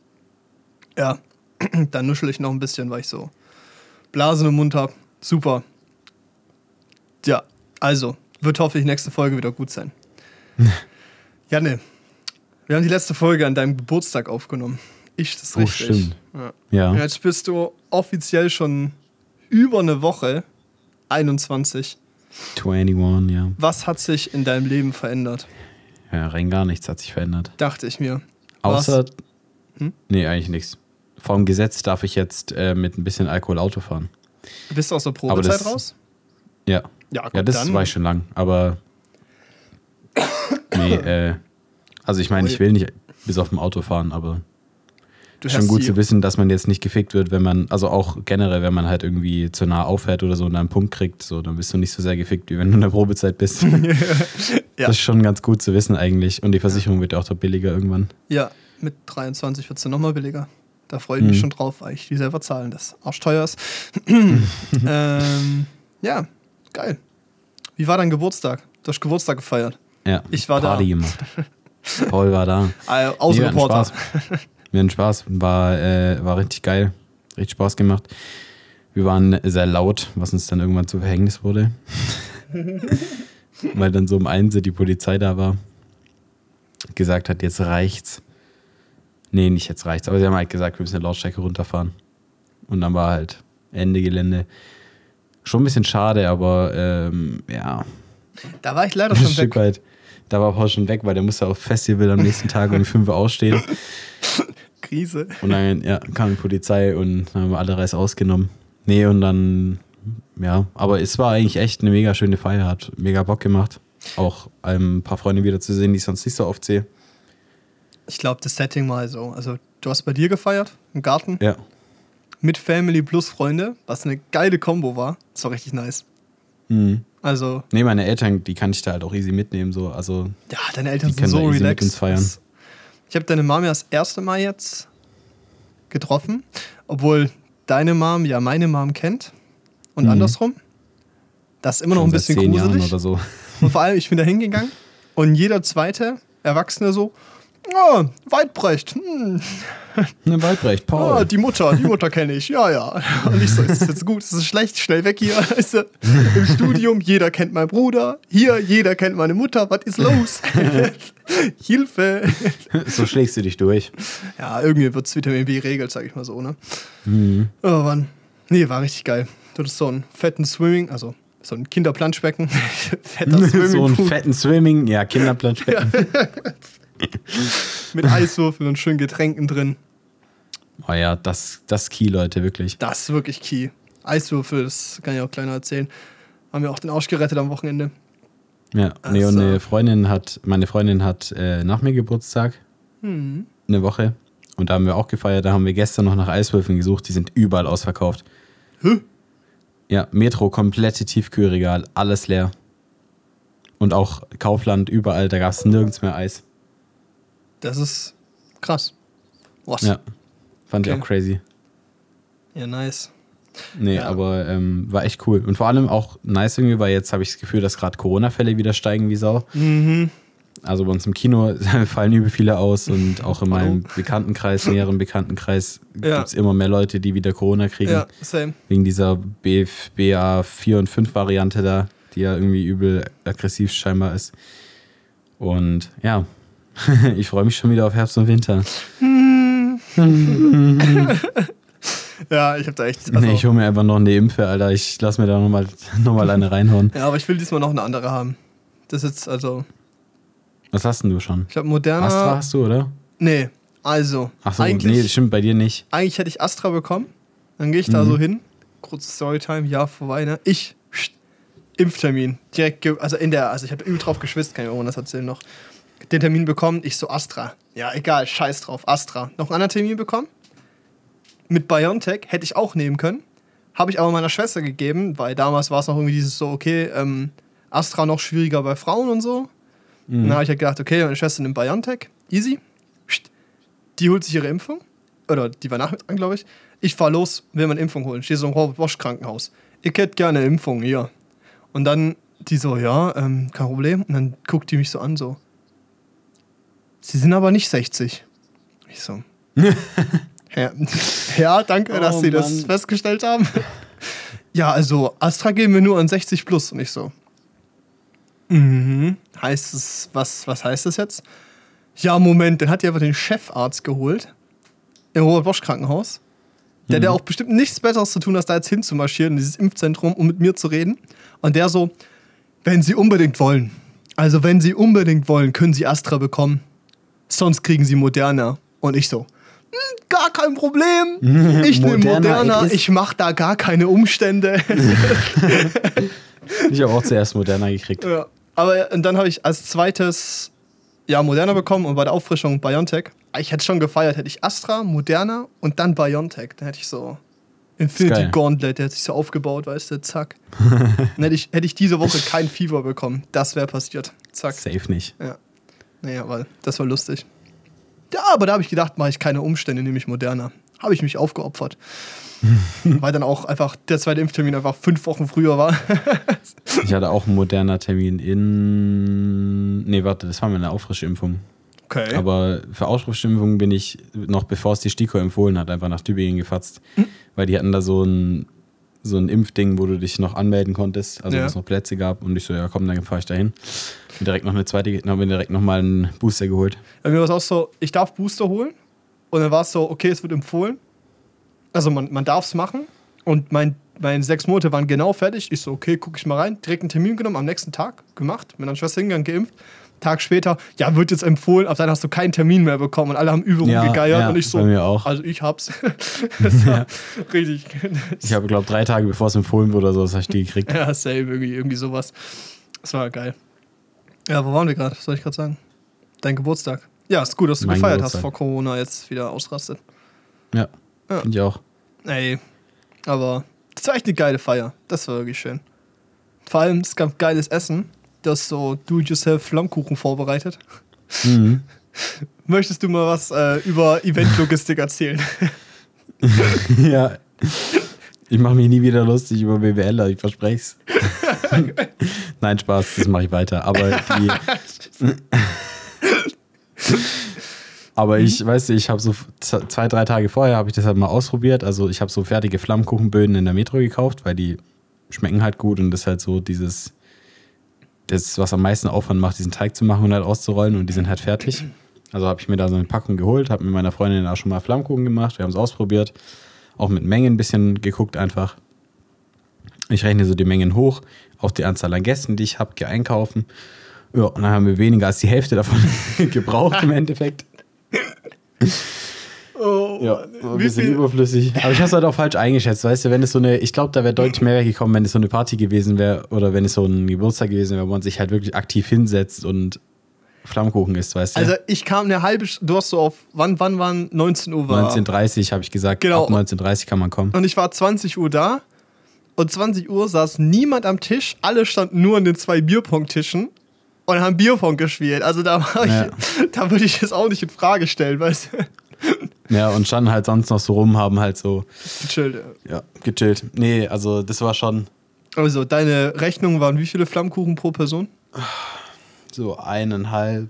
ja, dann nuschel ich noch ein bisschen, weil ich so Blasen im Mund habe. Super. Ja, also, wird hoffentlich nächste Folge wieder gut sein. Janne, wir haben die letzte Folge an deinem Geburtstag aufgenommen. Das ist richtig. Stimmt. Ja. Ja. Jetzt bist du offiziell schon über eine Woche 21. 21, ja. Was hat sich in deinem Leben verändert? Ja, rein gar nichts hat sich verändert. Dachte ich mir. Außer. Hm? Nee, eigentlich nichts. Vom Gesetz darf ich jetzt mit ein bisschen Alkohol Auto fahren. Bist du aus der Aber Probezeit das- raus? Ja. Ja, gut, Ja, das dann. war ich schon lang. Aber. Nee, also ich meine, ich will nicht bis auf dem Auto fahren, aber Du schon hast gut die- zu wissen, dass man jetzt nicht gefickt wird, wenn man, also auch generell, wenn man halt irgendwie zu nah auffährt oder so und einen Punkt kriegt, so, dann bist du nicht so sehr gefickt, wie wenn du in der Probezeit bist. Ja. Das ist schon ganz gut zu wissen eigentlich. Und die Versicherung wird auch doch billiger irgendwann. Ja, mit 23 wird es dann nochmal billiger. Da freue ich mich schon drauf, weil ich die selber zahlen, das arschteuer ist. Ja, geil. Wie war dein Geburtstag? Du hast Geburtstag gefeiert. Ja, Ich war Party da. gemacht. Paul war da. Außenreporter. Wir hatten Spaß. War richtig geil. Richtig Spaß gemacht. Wir waren sehr laut, was uns dann irgendwann zu Verhängnis wurde. Weil dann so um 1 die Polizei da war. Gesagt hat, jetzt reicht's. Nee, nicht jetzt reicht's. Aber sie haben halt gesagt, wir müssen die Lautstärke runterfahren. Und dann war halt Ende Gelände. Schon ein bisschen schade, aber ja. Da war ich leider Ein schon Stück weg. weit. Da war Paul schon weg, weil der musste auf Festival am nächsten Tag um 5 Uhr ausstehen. Krise. Und dann kam die Polizei und dann haben wir alle Reis ausgenommen. Nee, und dann, ja, aber es war eigentlich echt eine mega schöne Feier, hat mega Bock gemacht. Auch ein paar Freunde wieder zu sehen, die ich sonst nicht so oft sehe. Ich glaube, das Setting mal so. Also, du hast bei dir gefeiert, im Garten, Ja. mit Family plus Freunde, was eine geile Kombo war. Das war richtig nice. Mhm. Also, Nee, meine Eltern, die kann ich da halt auch easy mitnehmen. So. Also, ja, deine Eltern Die sind können so da easy mit relaxed. uns feiern. Ich habe deine Mom ja das erste Mal jetzt getroffen, obwohl deine Mom ja meine Mom kennt und andersrum. Das ist immer noch schon ein seit bisschen 10 Jahren gruselig. oder so. Und vor allem, ich bin da hingegangen und jeder zweite Erwachsene so, oh, Weidbrecht, Ne, Waldbrecht, Paul. die Mutter kenne ich, ja. Und ich so, ist das jetzt gut, ist das schlecht, schnell weg hier. Weißt du? Im Studium, jeder kennt meinen Bruder, hier, jeder kennt meine Mutter, was ist los? Hilfe. So schlägst du dich durch. Ja, irgendwie wird es Vitamin B regelt, sag ich mal so, ne? Oh Mann. Nee, war richtig geil. Du hattest so einen fetten Swimming, also so ein Kinderplanschbecken. Fetter So einen Swimmingpool fetten Swimming, ja, Kinderplanschbecken. mit Eiswürfeln und schönen Getränken drin. Oh ja, das Key, Leute, wirklich. Das ist wirklich key. Eiswürfel, das kann ich auch kleiner erzählen. Haben wir auch den Arsch gerettet am Wochenende. Ja, nee, und Also. meine Freundin hat nach mir Geburtstag, eine Woche. Und da haben wir auch gefeiert. Da haben wir gestern noch nach Eiswürfeln gesucht. Die sind überall ausverkauft. Hä? Ja, Metro, komplette Tiefkühlregal, alles leer. Und auch Kaufland, überall, da gab es nirgends mehr Eis. Das ist krass. Was? Ja, fand ich Okay. auch crazy. Ja, nice. Nee, Ja. aber war echt cool. Und vor allem auch nice irgendwie, weil jetzt habe ich das Gefühl, dass gerade Corona-Fälle wieder steigen wie Sau. Also bei uns im Kino fallen übel viele aus und auch in meinem Bekanntenkreis, näheren Bekanntenkreis, Ja. gibt es immer mehr Leute, die wieder Corona kriegen. Ja, same. Wegen dieser BA4 und 5 Variante da, die ja irgendwie übel aggressiv scheinbar ist. Und ja, ich freue mich schon wieder auf Herbst und Winter. Ja, ich hab da echt. Also, Nee, ich hole mir einfach noch eine Impfe, Alter. Ich lass mir da nochmal eine reinhauen. ja, aber ich will diesmal noch eine andere haben. Das ist jetzt, also, Was hast denn du schon? ich glaube, Moderna. Astra hast du, oder? Nee, also. Ach so, eigentlich, nee, stimmt bei dir nicht. eigentlich hätte ich Astra bekommen. Dann gehe ich da so hin. Kurze Storytime, Jahr vorbei, ne? Impftermin. Direkt, also ich habe übel drauf geschwitzt, kann ich irgendwann das erzählen noch. Den Termin bekommen, ich so Astra. Ja, egal, scheiß drauf, Astra. Noch einen anderen Termin bekommen. Mit BioNTech hätte ich auch nehmen können. Habe ich aber meiner Schwester gegeben, weil damals war es noch irgendwie dieses so, okay, Astra noch schwieriger bei Frauen und so. Und dann habe ich halt gedacht, okay, meine Schwester nimmt BioNTech, easy. Die holt sich ihre Impfung. Oder die war nachmittags, glaube ich. Ich fahr los, will meine Impfung holen. Stehe so im Robert-Bosch-Krankenhaus. Ich hätte gerne eine Impfung, hier. Und dann die so, ja, kein Problem. Und dann guckt die mich so an, so. Sie sind aber nicht 60. Ich so. Ja, danke, dass Sie das Mann. festgestellt haben. Ja, also Astra geben wir nur an 60 plus. Und ich so. Heißt es, was heißt das jetzt? Ja, Moment, dann hat die einfach den Chefarzt geholt. Im Robert-Bosch-Krankenhaus. Der auch bestimmt nichts Besseres zu tun, als da jetzt hinzumarschieren in dieses Impfzentrum, um mit mir zu reden. Und der so, wenn Sie unbedingt wollen, können Sie Astra bekommen. Sonst kriegen Sie Moderna. Und ich so, gar kein Problem. Ich nehme Moderna. Ich mache da gar keine Umstände. Ich habe auch zuerst Moderna gekriegt. Ja. Aber und dann habe ich als zweites Moderna bekommen und bei der Auffrischung BioNTech. Ich hätte schon gefeiert, hätte ich Astra, Moderna und dann BioNTech. Dann hätte ich so Infinity Geil. Gauntlet, der hat sich so aufgebaut, weißt du, zack. Dann hätte ich diese Woche kein Fieber bekommen. Das wäre passiert. Zack. Safe nicht. Ja. Naja, weil das war lustig. Ja, aber da habe ich gedacht, mache ich keine Umstände, nehme ich Moderna. Habe ich mich aufgeopfert. Weil dann auch einfach der zweite Impftermin einfach 5 Wochen früher war. Ich hatte auch einen moderner Termin Nee, warte, das war meine Auffrischimpfung. Okay. Aber für Auffrischimpfung bin ich, noch bevor es die STIKO empfohlen hat, einfach nach Tübingen gefatzt. Weil die hatten da so ein Impfding, wo du dich noch anmelden konntest, also wo es noch Plätze gab. Und ich so, ja komm, dann fahre ich da hin. Direkt noch eine zweite, haben wir direkt nochmal einen Booster geholt. Bei mir war es auch so, ich darf Booster holen. Und dann war es so, okay, es wird empfohlen. Also man darf es machen. Und mein meine 6 Monate waren genau fertig. Ich so, okay, guck ich mal rein. Direkt einen Termin genommen, am nächsten Tag gemacht. Mit meiner Schwester hingegangen, geimpft. Tag später, ja, wird jetzt empfohlen, ab dann hast du keinen Termin mehr bekommen und alle haben Übungen gegeiert und ich so, bei mir auch. Also ich hab's. Das war richtig. Ich habe, glaube 3 Tage bevor es empfohlen wurde oder so, das habe ich die gekriegt. Ja, same, irgendwie sowas. Das war geil. Ja, wo waren wir gerade? Was soll ich gerade sagen? Dein Geburtstag. Ja, ist gut, dass du gefeiert hast, vor Corona jetzt wieder ausrastet. Ja. Finde ich auch. Ey, aber das war echt eine geile Feier. Das war wirklich schön. Vor allem, es gab geiles Essen. Das so do-it-yourself Flammkuchen vorbereitet. Mhm. Möchtest du mal was über Eventlogistik erzählen? Ja. Ich mache mich nie wieder lustig über BWLer, ich verspreche es. Nein, Spaß, das mache ich weiter. Aber ich, weißt du, ich habe so 2-3 Tage vorher habe ich das halt mal ausprobiert. Also ich habe so fertige Flammkuchenböden in der Metro gekauft, weil die schmecken halt gut und das ist halt so das, was am meisten Aufwand macht, diesen Teig zu machen und halt auszurollen und die sind halt fertig. Also habe ich mir da so eine Packung geholt, habe mit meiner Freundin auch schon mal Flammkuchen gemacht, wir haben es ausprobiert, auch mit Mengen ein bisschen geguckt einfach. Ich rechne so die Mengen hoch, auch die Anzahl an Gästen, die ich habe, einkaufen. Ja, und dann haben wir weniger als die Hälfte davon gebraucht im Endeffekt. Oh, ja, ein bisschen überflüssig. Aber ich habe es halt auch falsch eingeschätzt, weißt du, wenn es so eine, ich glaube, da wäre deutlich mehr weggekommen, wenn es so eine Party gewesen wäre oder wenn es so ein Geburtstag gewesen wäre, wo man sich halt wirklich aktiv hinsetzt und Flammkuchen isst, weißt du. Also ich kam eine halbe, du hast so auf, wann waren 19 Uhr war? 19:30 habe ich gesagt, genau. Ab 19:30 kann man kommen. Und ich war 20 Uhr da und 20 Uhr saß niemand am Tisch, alle standen nur an den 2 Bierpong-Tischen und haben Bierpong gespielt. Also da würde ich das auch nicht in Frage stellen, weißt du. Ja, und standen halt sonst noch so rum, haben halt so gechillt. Ja, gechillt. Nee, also das war schon... Also deine Rechnung waren wie viele Flammkuchen pro Person? So 1,5,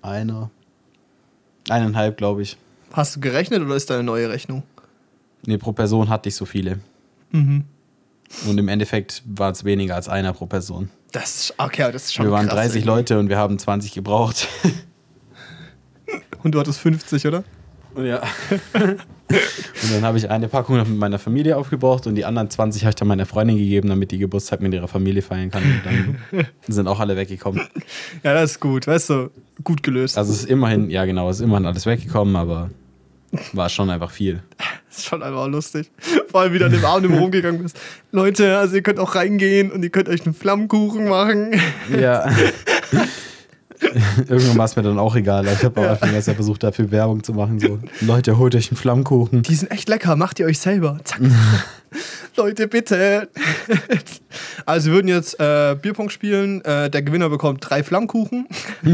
glaube ich. Hast du gerechnet oder ist deine neue Rechnung? Nee, pro Person hatte ich so viele. Mhm. Und im Endeffekt war es weniger als einer pro Person. Das ist schon krass. Wir waren 30 Leute und wir haben 20 gebraucht. Und du hattest 50, oder? Ja. Und dann habe ich eine Packung noch mit meiner Familie aufgebraucht und die anderen 20 habe ich dann meiner Freundin gegeben, damit die Geburtstag mit ihrer Familie feiern kann. Und dann sind auch alle weggekommen. Ja, das ist gut, weißt du, gut gelöst. Also es ist immerhin, ja genau, es ist immerhin alles weggekommen, aber war schon einfach viel. Das ist schon einfach lustig. Vor allem, wie du an dem Abend immer rumgegangen bist. Leute, also ihr könnt auch reingehen und ihr könnt euch einen Flammkuchen machen. Ja. Irgendwann war es mir dann auch egal. Ich habe auch einfach versucht, dafür Werbung zu machen. So, Leute, holt euch einen Flammkuchen. Die sind echt lecker, macht ihr euch selber. Zack. Leute, bitte. Also wir würden jetzt Bierpong spielen. Der Gewinner bekommt 3 Flammkuchen.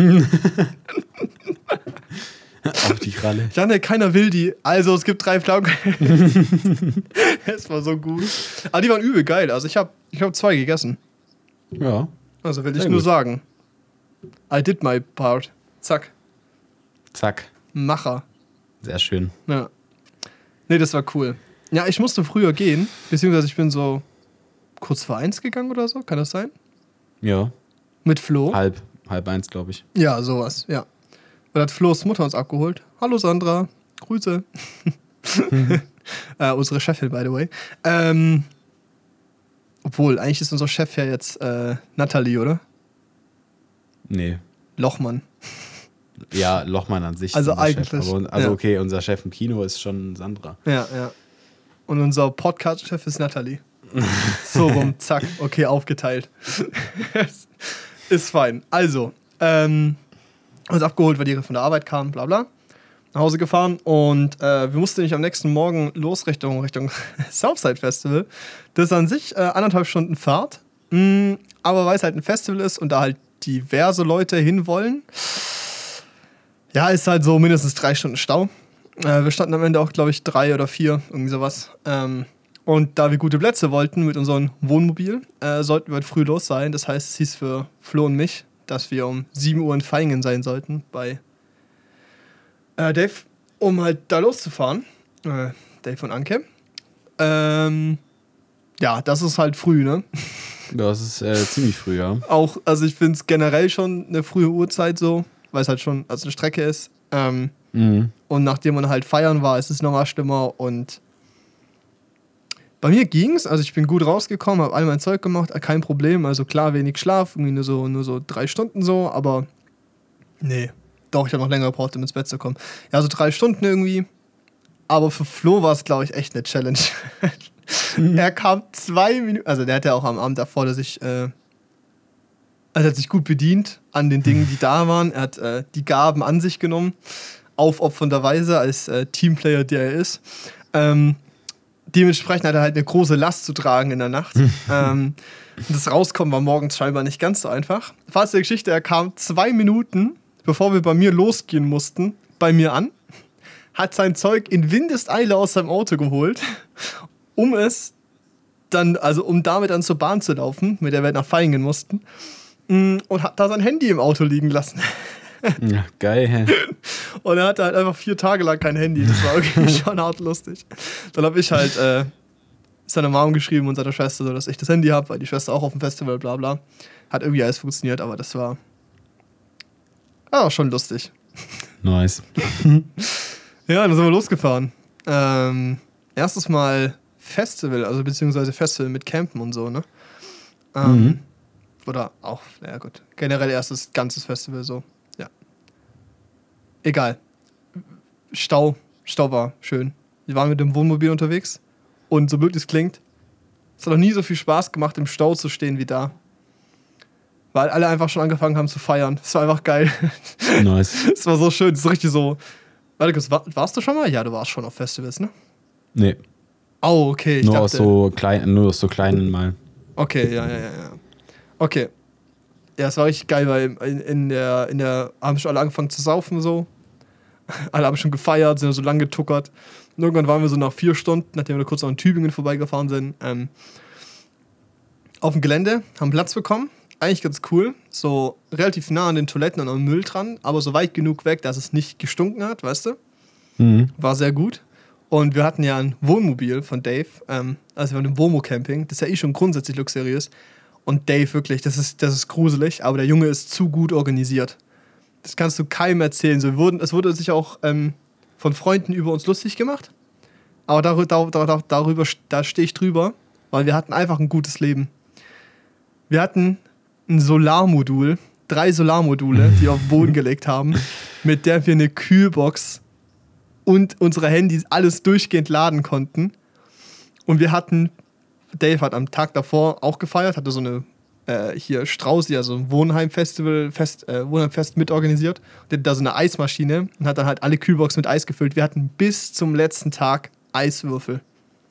Auf die Kralle. Janek, keiner will die. Also es gibt 3 Flammkuchen. Das war so gut. Aber die waren übel geil. Also ich hab 2 gegessen. Ja. Also will ich nur sagen. I did my part. Zack. Zack. Macher. Sehr schön. Ja. Nee, das war cool. Ja, ich musste früher gehen, beziehungsweise ich bin so kurz vor 1 gegangen oder so, kann das sein? Ja. Mit Flo. Halb 1, glaube ich. Ja, sowas, ja. Und da hat Flo's Mutter uns abgeholt. Hallo Sandra, Grüße. Unsere Chefin, by the way. Obwohl, eigentlich ist unser Chef ja jetzt Nathalie, oder? Nee. Lochmann. Ja, Lochmann an sich. Also eigentlich. Chef. Aber, also okay, unser Chef im Kino ist schon Sandra. Ja, ja. Und unser Podcast-Chef ist Nathalie. So rum, zack, okay, aufgeteilt. Ist fein. Also, uns abgeholt, weil die von der Arbeit kamen, bla bla. Nach Hause gefahren und wir mussten nämlich am nächsten Morgen los Richtung Southside Festival. Das ist an sich 1,5 Stunden Fahrt. Aber weil es halt ein Festival ist und da halt diverse Leute hinwollen, ja, ist halt so mindestens 3 Stunden Stau. Wir standen am Ende auch, glaube ich, 3 oder 4, irgendwie sowas. Und da wir gute Plätze wollten mit unserem Wohnmobil, sollten wir halt früh los sein. Das heißt, es hieß für Flo und mich, dass wir um 7 Uhr in Vaihingen sein sollten bei Dave, um halt da loszufahren. Dave und Anke. Ja, das ist halt früh, ne? Das ist ziemlich früh, ja. Auch, also ich finde es generell schon eine frühe Uhrzeit so, weil es halt schon eine Strecke ist. Und nachdem man halt feiern war, ist es nochmal schlimmer und Bei mir ging's, also ich bin gut rausgekommen, habe all mein Zeug gemacht, kein Problem. Also klar, wenig Schlaf, irgendwie nur so 3 Stunden so, aber nee. Doch, ich habe noch länger gebraucht, um ins Bett zu kommen. Ja, so 3 Stunden irgendwie. Aber für Flo war es, glaube ich, echt eine Challenge. Er kam 2 Minuten, also der hat ja auch am Abend davor, also er hat sich gut bedient an den Dingen, die da waren. Er hat die Gaben an sich genommen, aufopfernderweise als Teamplayer, der er ist. Dementsprechend hat er halt eine große Last zu tragen in der Nacht. Und das Rauskommen war morgens scheinbar nicht ganz so einfach. Falls der Geschichte, er kam 2 Minuten, bevor wir bei mir losgehen mussten, bei mir an, hat sein Zeug in Windeseile aus seinem Auto geholt, um damit dann zur Bahn zu laufen, mit der wir nach Vaihingen mussten, und hat da sein Handy im Auto liegen lassen. Ja, geil. Und er hatte halt einfach 4 Tage lang kein Handy. Das war irgendwie schon hart lustig. Dann habe ich halt seiner Mom geschrieben und seiner Schwester, so, dass ich das Handy habe, weil die Schwester auch auf dem Festival, bla bla. Hat irgendwie alles funktioniert, aber das war schon lustig. Nice. Ja, dann sind wir losgefahren. Erstes Mal Festival, also beziehungsweise Festival mit Campen und so, ne? Oder auch, ja gut, generell erstes ganzes Festival so, ja. Egal. Stau war schön. Wir waren mit dem Wohnmobil unterwegs und so blöd es klingt, es hat noch nie so viel Spaß gemacht, im Stau zu stehen wie da. Weil alle einfach schon angefangen haben zu feiern. Es war einfach geil. Nice. Es war so schön, es ist richtig so. Warte kurz, warst du schon mal? Ja, du warst schon auf Festivals, ne? Nee. Oh, okay. Nur aus so kleinen mal. Okay, ja. Okay. Ja, es war richtig geil, weil in der haben schon alle angefangen zu saufen so. Alle haben schon gefeiert, sind so lang getuckert. Und irgendwann waren wir so nach 4 Stunden, nachdem wir kurz noch in Tübingen vorbeigefahren sind, auf dem Gelände, haben Platz bekommen. Eigentlich ganz cool. So relativ nah an den Toiletten und am Müll dran, aber so weit genug weg, dass es nicht gestunken hat, weißt du? War sehr gut. Und wir hatten ja ein Wohnmobil von Dave, also wir waren im Womo-Camping, das ist ja eh schon grundsätzlich luxuriös. Und Dave, wirklich, das ist gruselig, aber der Junge ist zu gut organisiert. Das kannst du keinem erzählen. So, es wurde sich auch von Freunden über uns lustig gemacht, aber da stehe ich drüber, weil wir hatten einfach ein gutes Leben. Wir hatten ein Solarmodul, 3 Solarmodule, die wir auf den Boden gelegt haben, mit der wir eine Kühlbox und unsere Handys alles durchgehend laden konnten. Und Dave hat am Tag davor auch gefeiert, hatte so eine hier Straußi, also ein Wohnheimfest mitorganisiert. Und hatte da so eine Eismaschine und hat dann halt alle Kühlboxen mit Eis gefüllt. Wir hatten bis zum letzten Tag Eiswürfel.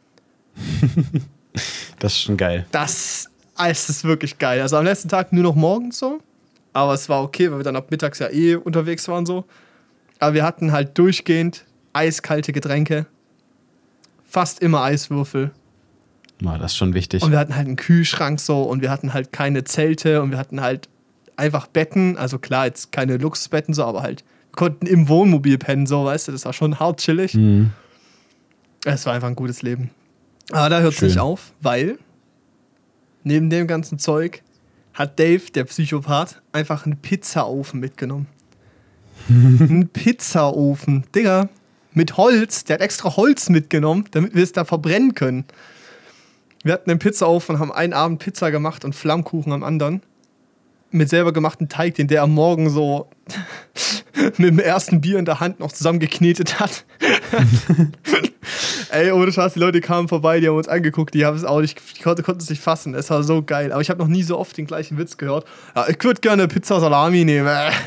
Das ist schon geil. Das ist wirklich geil. Also am letzten Tag nur noch morgens so. Aber es war okay, weil wir dann ab mittags ja unterwegs waren so. Aber wir hatten halt durchgehend eiskalte Getränke. Fast immer Eiswürfel. Ja, das ist schon wichtig. Und wir hatten halt einen Kühlschrank so und wir hatten halt keine Zelte und wir hatten halt einfach Betten. Also klar, jetzt keine Luxusbetten so, aber halt wir konnten im Wohnmobil pennen so, weißt du. Das war schon hart chillig. Es war einfach ein gutes Leben. Aber da hört es nicht auf, weil neben dem ganzen Zeug hat Dave, der Psychopath, einfach einen Pizzaofen mitgenommen. Einen Pizzaofen, Digga, mit Holz. Der hat extra Holz mitgenommen, damit wir es da verbrennen können. Wir hatten einen Pizzaofen und haben einen Abend Pizza gemacht und Flammkuchen am anderen. Mit selber gemachten Teig, den der am Morgen so mit dem ersten Bier in der Hand noch zusammengeknetet hat. Ey, ohne Scheiß, die Leute kamen vorbei, die haben uns angeguckt, die haben es auch nicht, die konnten es nicht fassen. Es war so geil. Aber ich habe noch nie so oft den gleichen Witz gehört. Ja, ich würde gerne Pizza Salami nehmen.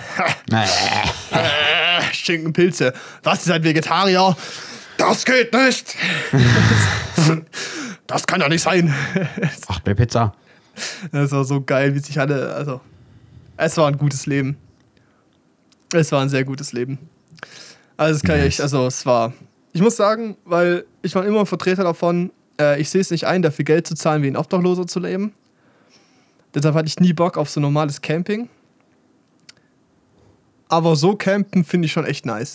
Schinkenpilze. Was, ihr seid Vegetarier? Das geht nicht! Das kann doch nicht sein. Ach, bei Pizza. Das war so geil, wie sich alle, also, es war ein gutes Leben. Es war ein sehr gutes Leben. Also, es kann ich, also, es war, ich muss sagen, weil ich war immer ein Vertreter davon, ich sehe es nicht ein, dafür Geld zu zahlen, wie ein Obdachloser zu leben. Deshalb hatte ich nie Bock auf so normales Camping. Aber so campen finde ich schon echt nice.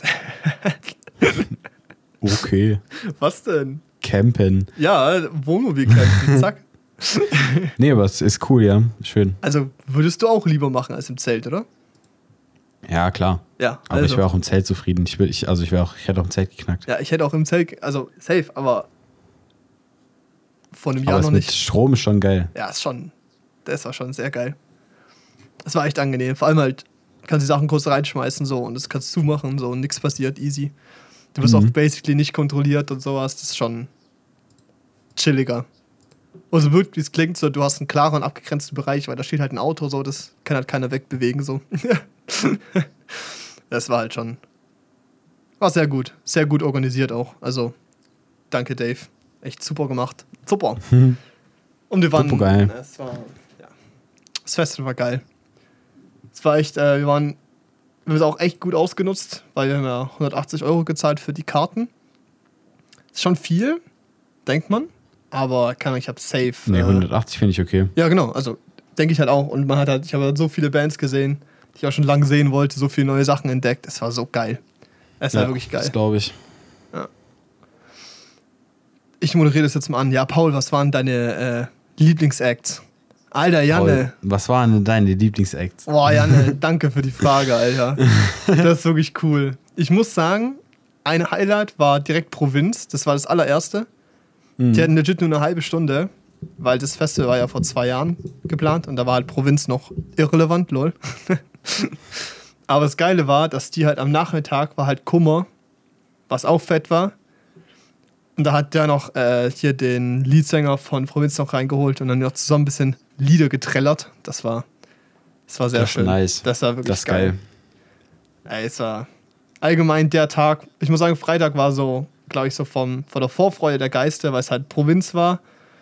Okay. Was denn? Campen. Ja, Wohnmobil-Campen, zack. Nee, aber es ist cool, ja. Schön. Also würdest du auch lieber machen als im Zelt, oder? Ja, klar. Ja, aber ich wäre auch im Zelt zufrieden. Ich hätte auch im Zelt geknackt. Ja, ich hätte auch im Zelt, also safe, aber vor einem Aber Jahr es noch mit nicht. Strom ist schon geil. Ja, das war schon sehr geil. Es war echt angenehm. Vor allem halt, kannst die Sachen kurz reinschmeißen so und das kannst du zumachen so und nichts passiert, easy. Du wirst auch basically nicht kontrolliert und sowas. Das ist schon chilliger. Also wirklich, wie es klingt, so, du hast einen klaren, abgegrenzten Bereich, weil da steht halt ein Auto, so, das kann halt keiner wegbewegen, so. Das war halt schon. War sehr gut organisiert auch. Also, danke, Dave. Echt super gemacht. Super. Und wir waren. Super geil. Das Festival war geil. Es war echt, wir haben es auch echt gut ausgenutzt, weil wir haben ja 180 € gezahlt für die Karten. Ist schon viel, denkt man. Aber ich habe safe. Nee, 180 finde ich okay. Ja, genau. Also, denke ich halt auch. Und ich habe halt so viele Bands gesehen, die ich auch schon lange sehen wollte, so viele neue Sachen entdeckt. Es war so geil. Es war wirklich geil. Das glaube ich. Ja. Ich moderiere das jetzt mal an. Ja, Paul, was waren deine Lieblingsacts? Alter, Janne. Paul, was waren denn deine Lieblingsacts? Boah, Janne, danke für die Frage, Alter. Das ist wirklich cool. Ich muss sagen, ein Highlight war direkt Provinz. Das war das allererste. Die hatten legit nur eine halbe Stunde, weil das Festival war ja vor 2 Jahren geplant und da war halt Provinz noch irrelevant, lol. Aber das Geile war, dass die halt am Nachmittag war halt Kummer, was auch fett war. Und da hat der noch hier den Leadsänger von Provinz noch reingeholt und dann noch zusammen ein bisschen Lieder getrellert. Das war sehr schön. Nice. Das war wirklich das ist geil. Ey, es war allgemein der Tag, ich muss sagen, Freitag war so, glaube ich, so von der Vorfreude der Geister, weil es halt Provinz war.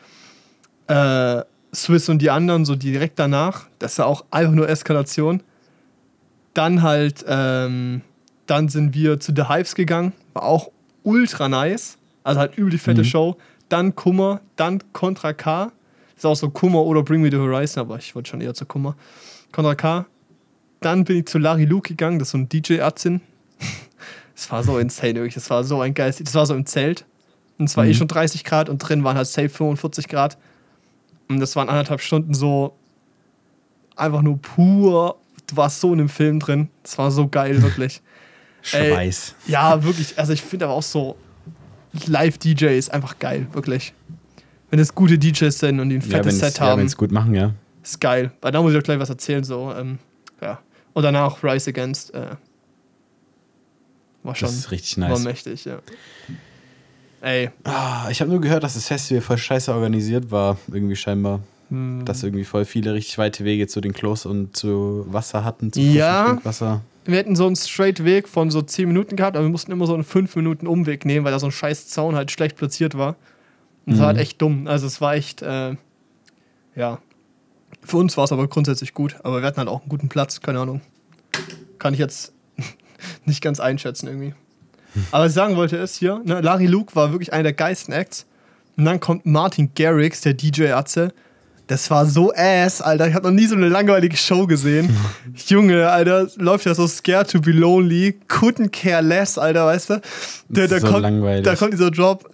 Swiss und die anderen, so direkt danach. Das war auch einfach nur Eskalation. Dann halt, dann sind wir zu The Hives gegangen. War auch ultra nice. Also halt übel die fette Show. Dann Kummer, dann Contra K. Ist auch so Kummer oder Bring Me the Horizon, aber ich wollte schon eher zu Kummer. Contra K. Dann bin ich zu Larry Luke gegangen, das ist so ein DJ-Arzin. Das war so insane, wirklich. Das war so ein geiles. Das war so im Zelt. Und es war schon 30 Grad und drin waren halt safe 45 Grad. Und das waren 1,5 Stunden so einfach nur pur. Du warst so in dem Film drin. Das war so geil, wirklich. Schweiß. Ja, wirklich. Also ich finde aber auch so Live-DJs einfach geil, wirklich. Wenn es gute DJs sind und die ein fettes Set haben. Ja, wenn es gut machen, ja. Ist geil. Weil da muss ich auch gleich was erzählen, so. Ja. Und danach Rise Against. War schon. Das ist richtig nice. War mächtig, ja. Ey. Ich habe nur gehört, dass das Festival voll scheiße organisiert war, irgendwie scheinbar. Dass irgendwie voll viele richtig weite Wege zu den Klos und zu Wasser hatten, zu frischem Trinkwasser. Wir hätten so einen straight Weg von so 10 Minuten gehabt, aber wir mussten immer so einen 5 Minuten Umweg nehmen, weil da so ein scheiß Zaun halt schlecht platziert war. Und das war halt echt dumm. Also es war echt, ja. Für uns war es aber grundsätzlich gut, aber wir hatten halt auch einen guten Platz, keine Ahnung. Kann ich jetzt nicht ganz einschätzen irgendwie. Aber was ich sagen wollte ist hier, ne, Larry Luke war wirklich einer der geilsten Acts. Und dann kommt Martin Garrix, der DJ-Atze. Das war so ass, Alter. Ich habe noch nie so eine langweilige Show gesehen. Junge, Alter, läuft ja so Scared to be Lonely. Couldn't care less, Alter, weißt du? Da kommt dieser Drop.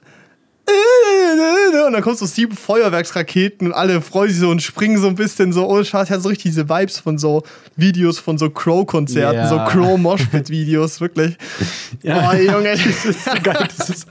Und dann kommt so 7 Feuerwerksraketen und alle freuen sich so und springen so ein bisschen so. Oh, Scheiß, ich hatte so richtig diese Vibes von so Videos von so Crow-Konzerten, so Crow-Moshpit-Videos, wirklich. Ja. Oh, Junge, das ist so geil.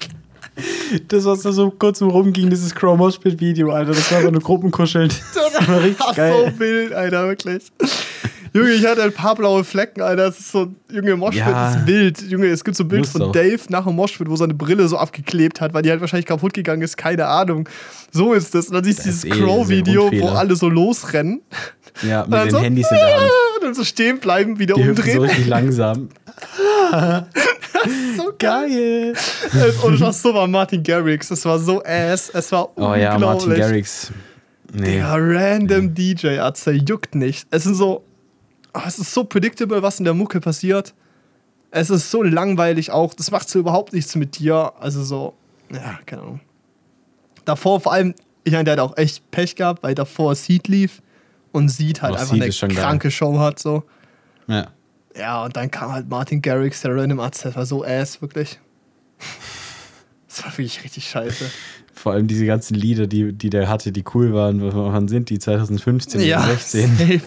Das, was da so kurz rumging, dieses Crow Moshpit-Video, Alter, das war so eine Gruppenkuscheln. Das war richtig geil. So wild, Alter, wirklich. Junge, ich hatte ein paar blaue Flecken, Alter. Das ist so, Junge, Moshpit ist wild. Junge, es gibt so ein Bild von Dave nach dem Moshpit, wo seine Brille so abgeklebt hat, weil die halt wahrscheinlich kaputt gegangen ist. Keine Ahnung. So ist das. Und dann siehst du dieses Crow-Video, wo alle so losrennen. Ja, mit den so, Handys in der Hand. Und dann so stehen bleiben, wieder die umdrehen. So richtig langsam. Das ist so geil. Und was so war Martin Garrix. Das war so ass. Es war unglaublich. Oh ja, Martin Garrix. Nee. Der random DJ-Atze juckt nicht. Es ist so predictable, was in der Mucke passiert. Es ist so langweilig auch. Das macht so überhaupt nichts mit dir. Also so, ja, keine Ahnung. Davor vor allem, ich meine, der hat auch echt Pech gehabt, weil davor Seed lief und Seed halt einfach eine kranke geil. Show hat, so. Ja. Ja, und dann kam halt Martin Garrix, der random Arzt, das war so ass, wirklich. Das war wirklich richtig scheiße. Vor allem diese ganzen Lieder, die der hatte, die cool waren. Wann sind die? 2015 oder 2016? Safe.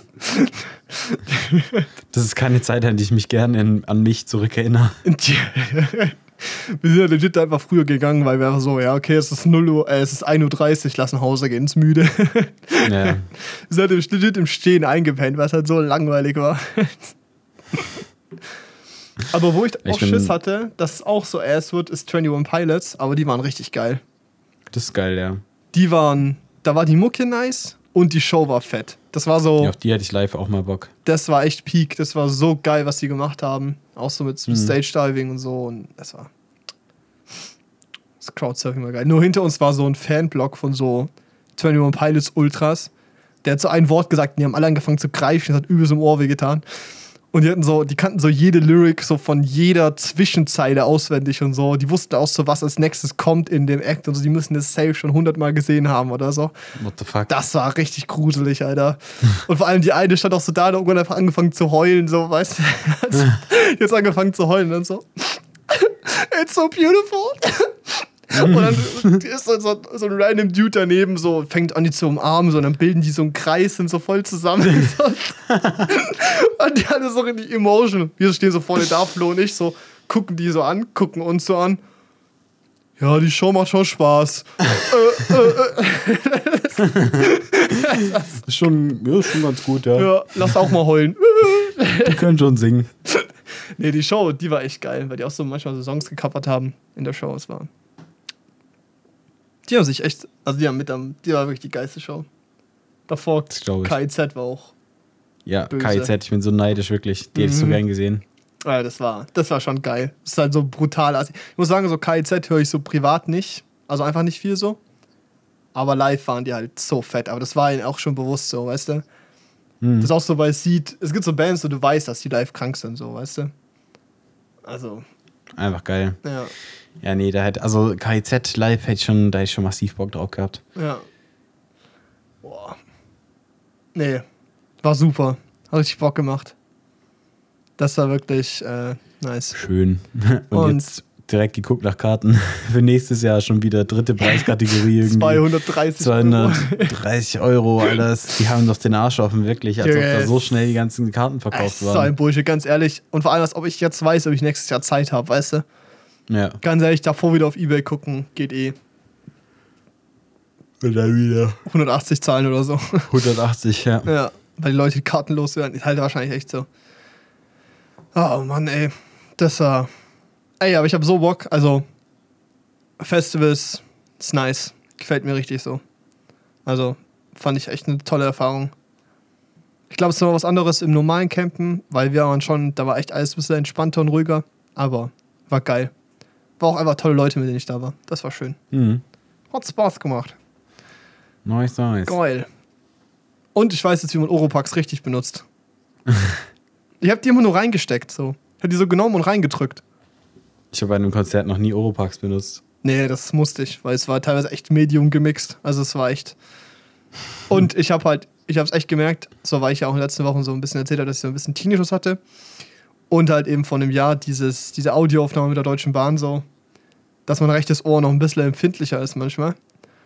Das ist keine Zeit, an die ich mich gerne an mich zurückerinnere. Wir sind ja legit einfach früher gegangen, weil wir einfach so, ja, okay, es ist 0 Uhr, es ist 1:30 Uhr, lass nach Hause gehen, ist müde. Ja. Wir sind halt legit im Stehen eingepennt, was halt so langweilig war. Aber wo ich auch Schiss hatte, dass es auch so ass wird, ist 21 Pilots, aber die waren richtig geil. Das ist geil, ja. Da war die Mucke nice und die Show war fett. Das war so. Ja, auf die hatte ich live auch mal Bock. Das war echt Peak. Das war so geil, was die gemacht haben. Auch so mit Stage-Diving und so. Und das Crowdsurfing war geil. Nur hinter uns war so ein Fanblock von so 21 Pilots Ultras. Der hat so ein Wort gesagt und die haben alle angefangen zu kreischen. Das hat übelst im Ohr wehgetan. Und die kannten so jede Lyric so von jeder Zwischenzeile auswendig und so. Die wussten auch so, was als nächstes kommt in dem Act und so. Die müssen das safe schon 100-mal gesehen haben oder so. What the fuck? Das war richtig gruselig, Alter. Und vor allem die eine stand auch so da und irgendwann einfach angefangen zu heulen, so, weißt du. Jetzt angefangen zu heulen und so. It's so beautiful. Und dann ist so ein random Dude daneben, so fängt an, die zu umarmen, so, und dann bilden die so einen Kreis, sind so voll zusammen. Und die alle so richtig emotional. Wir stehen so vorne da, Flo und ich, so gucken die so an, gucken uns so an. Ja, die Show macht schon Spaß. Ist schon ganz gut, ja. Ja, lass auch mal heulen. Die können schon singen. Nee, die Show, die war echt geil, weil die auch so manchmal so Songs gecovert haben in der Show. Die haben sich echt, also die war wirklich die geilste Show. Davor KIZ war auch. Ja, böse. KIZ, ich bin so neidisch, wirklich. Die hätte ich so gern gesehen. Ja, das war schon geil. Das ist halt so brutal. Also ich muss sagen, so KIZ höre ich so privat nicht. Also einfach nicht viel so. Aber live waren die halt so fett. Aber das war ihnen auch schon bewusst so, weißt du? Das ist auch so, weil es gibt so Bands, wo du weißt, dass die live krank sind, so, weißt du? Also. Einfach geil. Ja. Ja, nee, also KIZ live da hätte ich schon massiv Bock drauf gehabt. Ja. Boah. Nee, war super. Hat richtig Bock gemacht. Das war wirklich nice. Schön. Und jetzt direkt geguckt nach Karten für nächstes Jahr schon wieder dritte Preiskategorie. Irgendwie. 230 Euro, Alter. Die haben doch den Arsch offen, wirklich. Als ob da so schnell die ganzen Karten verkauft waren. Das ist so ein Bullshit, ganz ehrlich. Und vor allem, als ob ich jetzt weiß, ob ich nächstes Jahr Zeit habe, weißt du? Ja. Ganz ehrlich, davor wieder auf eBay gucken, geht eh. Und dann wieder 180 zahlen oder so. 180, ja. Ja, weil die Leute kartenlos werden. Ist halt wahrscheinlich echt so. Oh Mann, ey. Das war... Ey, aber ich hab so Bock. Also, Festivals ist nice. Gefällt mir richtig so. Also, fand ich echt eine tolle Erfahrung. Ich glaube, es ist noch was anderes im normalen Campen, weil wir waren schon, da war echt alles ein bisschen entspannter und ruhiger. Aber war geil. War auch einfach tolle Leute, mit denen ich da war. Das war schön. Hat Spaß gemacht. Nice. Geil. Und ich weiß jetzt, wie man Oropax richtig benutzt. Ich hab die immer nur reingesteckt, so. Ich hab die so genommen und reingedrückt. Ich habe bei einem Konzert noch nie Oropax benutzt. Nee, das musste ich, weil es war teilweise echt Medium gemixt. Also es war echt... Und ich hab's echt gemerkt, so weil ich ja auch in den letzten Wochen so ein bisschen erzählt habe, dass ich so ein bisschen Tinnitus hatte. Und halt eben vor einem Jahr diese Audioaufnahme mit der Deutschen Bahn so, dass mein rechtes Ohr noch ein bisschen empfindlicher ist manchmal.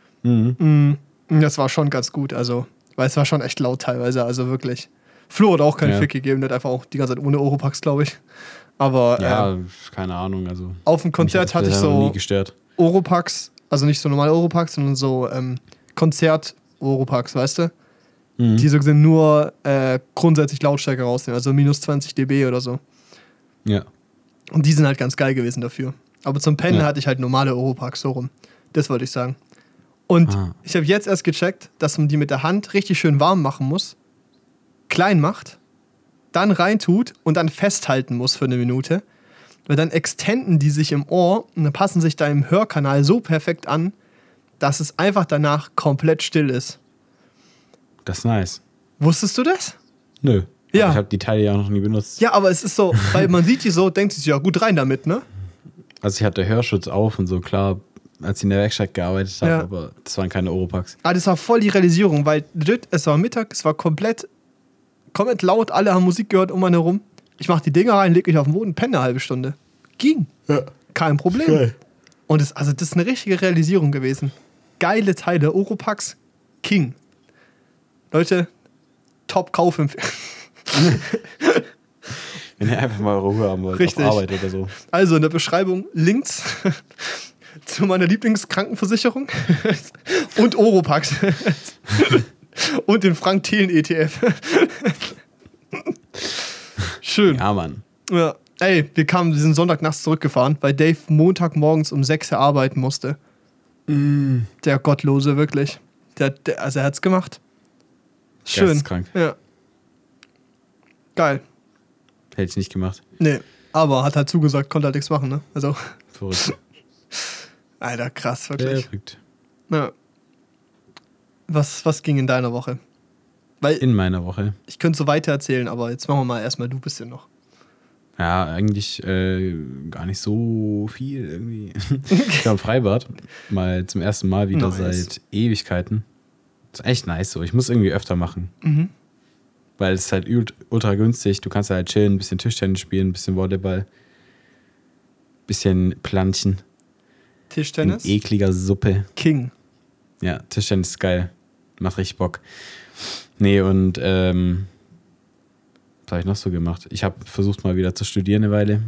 Das war schon ganz gut, also, weil es war schon echt laut teilweise, also wirklich. Flo hat auch keinen Fick gegeben, der hat einfach auch die ganze Zeit ohne Oropax, glaube ich. Aber ja, keine Ahnung, also. Auf dem Konzert hatte ich so nie gestört. Oropax, also nicht so normale Oropax, sondern so Konzert-Oropax, weißt du? Die so gesehen nur grundsätzlich Lautstärke rausnehmen, also minus 20 dB oder so. Ja. Und die sind halt ganz geil gewesen dafür. Aber zum Pennen hatte ich halt normale Oropax, so rum. Das wollte ich sagen. Und ich habe jetzt erst gecheckt, dass man die mit der Hand richtig schön warm machen muss, klein macht, dann reintut und dann festhalten muss für eine Minute. Weil dann extenden die sich im Ohr und dann passen sich deinem Hörkanal so perfekt an, dass es einfach danach komplett still ist. Das ist nice. Wusstest du das? Nö. Ja. Ich habe die Teile ja auch noch nie benutzt. Ja, aber es ist so, weil man sieht die so, denkt sich, ja gut, rein damit, ne? Also ich hatte Hörschutz auf und so, klar, als ich in der Werkstatt gearbeitet habe, aber das waren keine Oropax. Ah, das war voll die Realisierung, weil es war Mittag, es war komplett laut, alle haben Musik gehört um einen herum. Ich mach die Dinger rein, leg mich auf den Boden, penne eine halbe Stunde. Ging. Ja. Kein Problem. Geil. Und das ist eine richtige Realisierung gewesen. Geile Teile, Oropax, King. Leute, Top-Kaufempfehlung. Wenn ihr einfach mal Ruhe haben wollt, Richtig. auf Arbeit oder so. Also in der Beschreibung Links zu meiner Lieblingskrankenversicherung und Oropax und den Frank Thelen ETF. Schön. Ja, Mann. Ja. Ey, wir kamen diesen Sonntag nachts zurückgefahren, weil Dave Montagmorgens um 6 Uhr arbeiten musste. Der Gottlose, wirklich. Also er hat's gemacht. Schön. Geisteskrank. Ja. Geil. Hätte ich nicht gemacht. Nee, aber hat halt zugesagt, konnte halt nichts machen, ne? Also, Verrückt. Alter, krass, wirklich. Verrückt. Ja. Was ging in deiner Woche? Weil In meiner Woche. ich könnte so weiter erzählen, aber jetzt machen wir mal erstmal du bisschen noch. Ja, eigentlich gar nicht so viel irgendwie. Ich war im Freibad. Mal zum ersten Mal wieder Nice. seit Ewigkeiten. Das ist echt nice so. Ich muss irgendwie öfter machen. Mhm. Weil es ist halt ultra günstig. Du kannst halt chillen, ein bisschen Tischtennis spielen, ein bisschen Volleyball, ein bisschen planchen. Tischtennis? In ekliger Suppe. King. Ja, Tischtennis ist geil. Macht richtig Bock. Nee, und was habe ich noch so gemacht? Ich habe versucht mal wieder zu studieren eine Weile.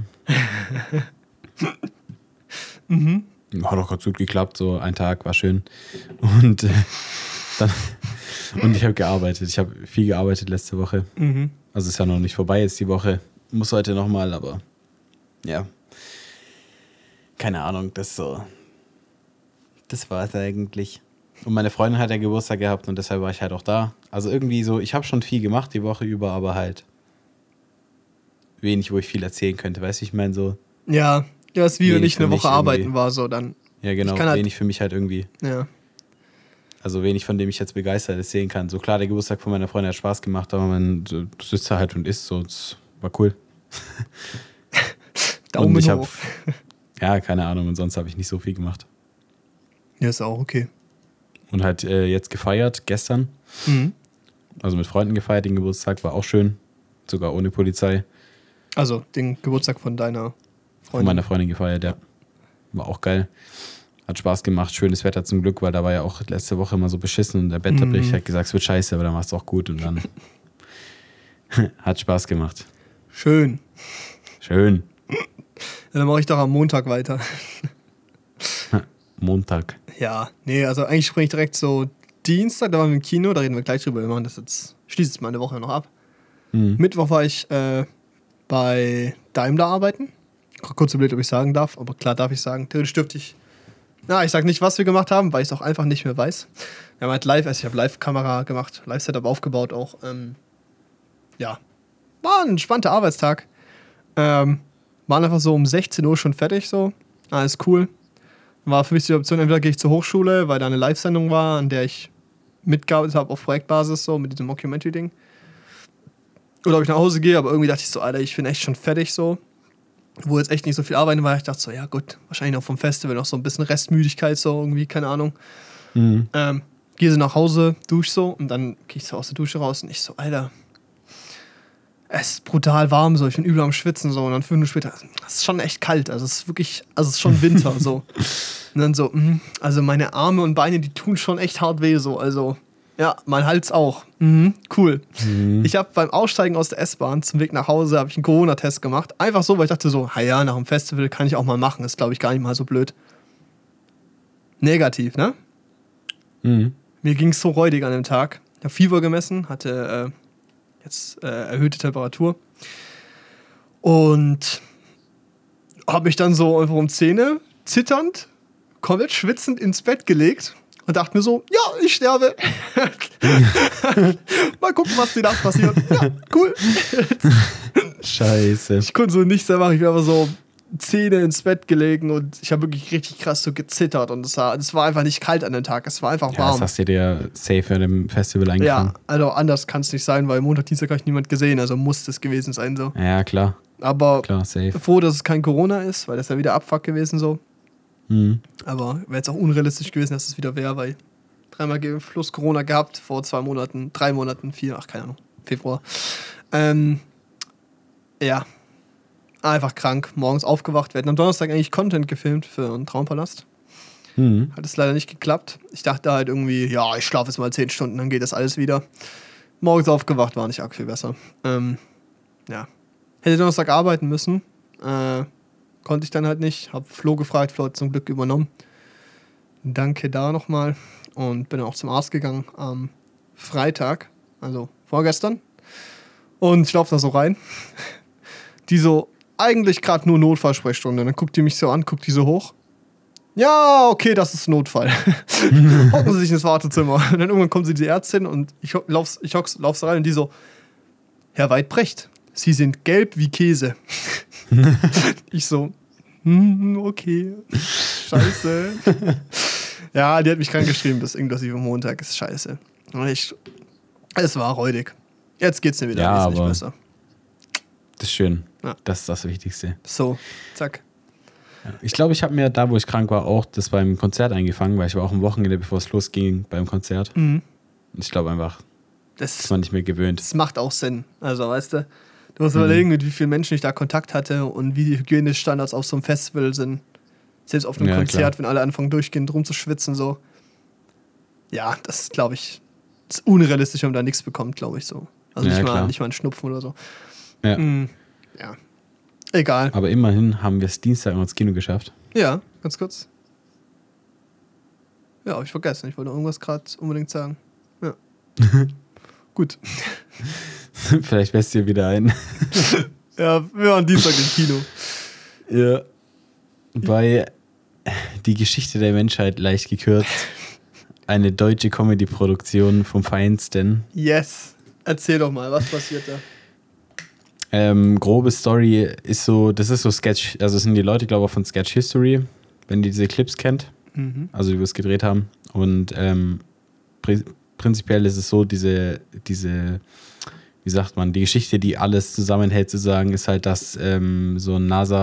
Hat auch ganz gut geklappt, so ein Tag war schön. Und dann und ich habe gearbeitet. Ich habe viel gearbeitet letzte Woche. Mhm. Also ist ja noch nicht vorbei jetzt die Woche. Muss heute nochmal, aber ja. Keine Ahnung, das so. Das war es eigentlich. Und meine Freundin hat ja Geburtstag gehabt und deshalb war ich halt auch da. Also irgendwie so, ich habe schon viel gemacht die Woche über, aber halt wenig, wo ich viel erzählen könnte. Weißt du, ich meine so, Ja, ist wie wenn Wenig ich eine für mich Woche arbeiten irgendwie. war, so dann. ja genau, Ich kann halt- wenig für mich halt irgendwie. Ja. Also wenig, von dem ich jetzt begeistert erzählen kann. So klar, der Geburtstag von meiner Freundin hat Spaß gemacht, aber man sitzt da halt und isst so, das war cool. Daumen und ich hoch. ja, keine Ahnung, und sonst habe ich nicht so viel gemacht. Ja, ist auch okay. Und halt jetzt gefeiert, gestern. Mhm. Also mit Freunden gefeiert, den Geburtstag war auch schön. Sogar ohne Polizei. Also den Geburtstag von deiner Von Freundin. meiner Freundin gefeiert, ja. War auch geil. Hat Spaß gemacht, schönes Wetter zum Glück, weil da war ja auch letzte Woche immer so beschissen und der Wetterbericht hat gesagt, es wird scheiße, aber dann war es auch gut und dann hat Spaß gemacht. Schön. Schön. Ja, dann mache ich doch am Montag weiter. Montag. Ja, nee, also eigentlich springe ich direkt so Dienstag, da waren wir im Kino, da reden wir gleich drüber. Wir machen das jetzt, schließt jetzt meine Woche noch ab. Mhm. Mittwoch war ich bei Daimler arbeiten. Kurz überlegt, ob ich sagen darf, aber klar darf ich sagen. Theoretisch dürfte ich. Na, ich sag nicht, was wir gemacht haben, weil ich es auch einfach nicht mehr weiß. Wir haben halt ich habe Live-Kamera gemacht, Live-Setup aufgebaut auch. Ja, war ein entspannter Arbeitstag. Waren einfach so um 16 Uhr schon fertig, so. Alles cool. War für mich die Option, entweder gehe ich zur Hochschule, weil da eine Live-Sendung war, an der ich mitgearbeitet habe auf Projektbasis, so mit diesem Mockumentary-Ding. Oder ob ich nach Hause gehe, aber irgendwie dachte ich so, Alter, ich bin echt schon fertig, so. Wo jetzt echt nicht so viel arbeiten war. Ich dachte so, ja gut, wahrscheinlich noch vom Festival noch so ein bisschen Restmüdigkeit, so irgendwie, keine Ahnung. Mhm. Gehe so nach Hause, dusche so und dann gehe ich so aus der Dusche raus und ich so, Alter, es ist brutal warm, so, ich bin übel am Schwitzen, so, und dann 5 Minuten später, es ist schon echt kalt, also es ist wirklich, also es ist schon Winter, so. Und dann so, also meine Arme und Beine, die tun schon echt hart weh, so, also, ja, mein Hals auch. Cool. Ich habe beim Aussteigen aus der S-Bahn zum Weg nach Hause, habe ich einen Corona-Test gemacht, einfach so, weil ich dachte so, ja, nach dem Festival kann ich auch mal machen, ist, glaube ich, gar nicht mal so blöd. Negativ, ne? Mhm. Mir ging es so räudig an dem Tag. Ich habe Fieber gemessen, hatte jetzt erhöhte Temperatur. Und habe mich dann so einfach um Zähne zitternd, komplett schwitzend ins Bett gelegt und dachte mir so, ja, ich sterbe. Mal gucken, was die Nacht passiert. Ja, cool. Scheiße. Ich konnte so nichts mehr machen. Ich bin einfach so Zähne ins Bett gelegen und ich habe wirklich richtig krass so gezittert. Und es war einfach nicht kalt an dem Tag. Es war einfach Ja, warm. das hast du dir safe an dem Festival eingefangen. Ja, also anders kann es nicht sein, weil Montag, Dienstag habe ich niemand gesehen, also muss das gewesen sein so. Ja, klar. Aber Klar, safe. froh, dass es kein Corona ist, weil das ist ja wieder Abfuck gewesen so. Mhm. Aber wäre jetzt auch unrealistisch gewesen, dass es wieder wäre, weil 3-mal plus Corona gehabt, vor 2 Monaten, 3 Monaten, 4, keine Ahnung, Februar. Ja, einfach krank, morgens aufgewacht. Wir hatten am Donnerstag eigentlich Content gefilmt für einen Traumpalast. Mhm. Hat es leider nicht geklappt. Ich dachte halt irgendwie, ja, ich schlafe jetzt mal 10 Stunden, dann geht das alles wieder. Morgens aufgewacht, war nicht arg viel besser. Ja, Hätte Donnerstag arbeiten müssen. Konnte ich dann halt nicht. Hab Flo gefragt, Flo hat zum Glück übernommen. Danke da nochmal. Und bin dann auch zum Arzt gegangen am Freitag, also vorgestern. Und ich laufe da so rein. Die so, eigentlich gerade nur Notfallsprechstunde. Dann guckt die mich so an, guckt die so hoch. Ja, okay, das ist Notfall. Hocken Sie sich ins Wartezimmer. Und dann irgendwann kommt sie die Ärztin und ich lauf so rein und die so, Herr Weidbrecht, Sie sind gelb wie Käse. Ich so, okay, scheiße. Ja, die hat mich krank geschrieben bis inklusive Montag, ist scheiße. Und es war räudig. Jetzt geht's mir wieder wesentlich besser. Das ist schön. Ja. Das ist das Wichtigste. So, zack. Ich glaube, ich habe mir da, wo ich krank war, auch das beim Konzert eingefangen, weil ich war auch am Wochenende, bevor es losging, beim Konzert. Und ich glaube einfach, das ist man nicht mehr gewöhnt. Das macht auch Sinn. Also, weißt du, du musst überlegen, mit wie vielen Menschen ich da Kontakt hatte und wie die Hygienestandards auf so einem Festival sind. Selbst auf einem Konzert, klar. Wenn alle anfangen durchgehend rumzuschwitzen, so. Ja, das glaube ich, ist unrealistisch, wenn man da nichts bekommt, glaube ich so. Also nicht mal einen Schnupfen oder so. Ja. Ja. Egal. Aber immerhin haben wir es Dienstag ins Kino geschafft. Ja, ganz kurz. Ja, hab ich vergessen. Ich wollte irgendwas gerade unbedingt sagen. Ja. Gut. Vielleicht lässt dir wieder ein. Ja, wir waren Dienstag im Kino. Ja. Bei Die Geschichte der Menschheit leicht gekürzt. Eine deutsche Comedy-Produktion vom Feinsten. Yes. Erzähl doch mal, was passiert da? Grobe Story ist so, das ist so Sketch, also es sind die Leute, glaube ich, von Sketch History, wenn ihr diese Clips kennt, also die wir es gedreht haben. Und prinzipiell ist es so, diese, wie sagt man, die Geschichte, die alles zusammenhält, sozusagen, ist halt, dass so ein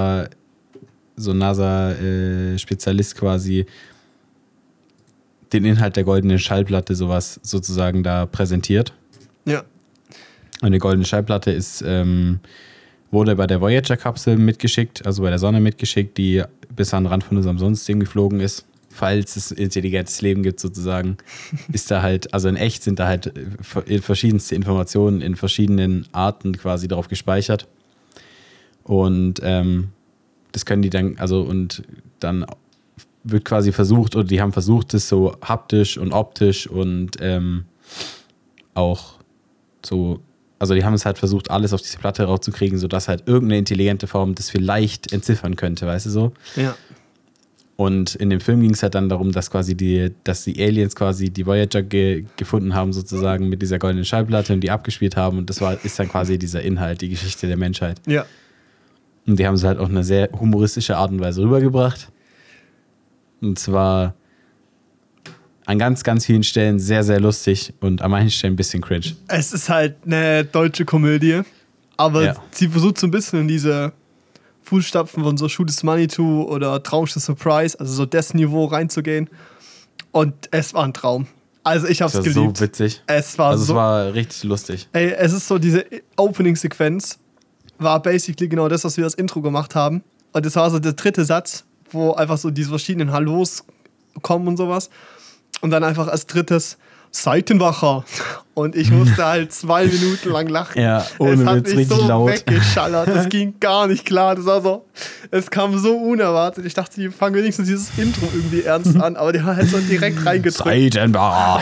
NASA-Spezialist quasi den Inhalt der goldenen Schallplatte sowas sozusagen da präsentiert. Ja. Eine goldene Schallplatte wurde bei der Voyager-Kapsel mitgeschickt, also bei der Sonne mitgeschickt, die bis an den Rand von unserem Sonnensystem geflogen ist. Falls es intelligentes Leben gibt, sozusagen, ist da halt, also in echt sind da halt verschiedenste Informationen in verschiedenen Arten quasi drauf gespeichert. Und das können die dann, also und dann wird quasi versucht, oder die haben versucht, das so haptisch und optisch und auch so. Also die haben es halt versucht, alles auf diese Platte rauszukriegen, sodass halt irgendeine intelligente Form das vielleicht entziffern könnte, weißt du so? Ja. Und in dem Film ging es halt dann darum, dass quasi die Aliens quasi die Voyager gefunden haben, sozusagen mit dieser goldenen Schallplatte und die abgespielt haben. Und das ist dann quasi dieser Inhalt, die Geschichte der Menschheit. Ja. Und die haben es halt auf eine sehr humoristische Art und Weise rübergebracht. Und zwar an ganz, ganz vielen Stellen sehr, sehr lustig und an manchen Stellen ein bisschen cringe. Es ist halt eine deutsche Komödie, aber sie versucht so ein bisschen in diese Fußstapfen von so Shoot is Money To oder Traumschiff Surprise, also so das Niveau reinzugehen. Und es war ein Traum. Also ich hab's geliebt. Es war so witzig. Es war richtig lustig. Ey, es ist so, diese Opening-Sequenz war basically genau das, was wir als Intro gemacht haben. Und das war so der dritte Satz, wo einfach so diese verschiedenen Hallos kommen und sowas. Und dann einfach als drittes Seitenwacher. Und ich musste halt 2 Minuten lang lachen. Ja, ohne es hat Witz, mich so laut. weggeschallert. Das ging gar nicht klar. Das war so, es kam so unerwartet. Ich dachte, die fangen wenigstens dieses Intro irgendwie ernst an. Aber die haben halt so direkt reingedrückt. Seitenwacher.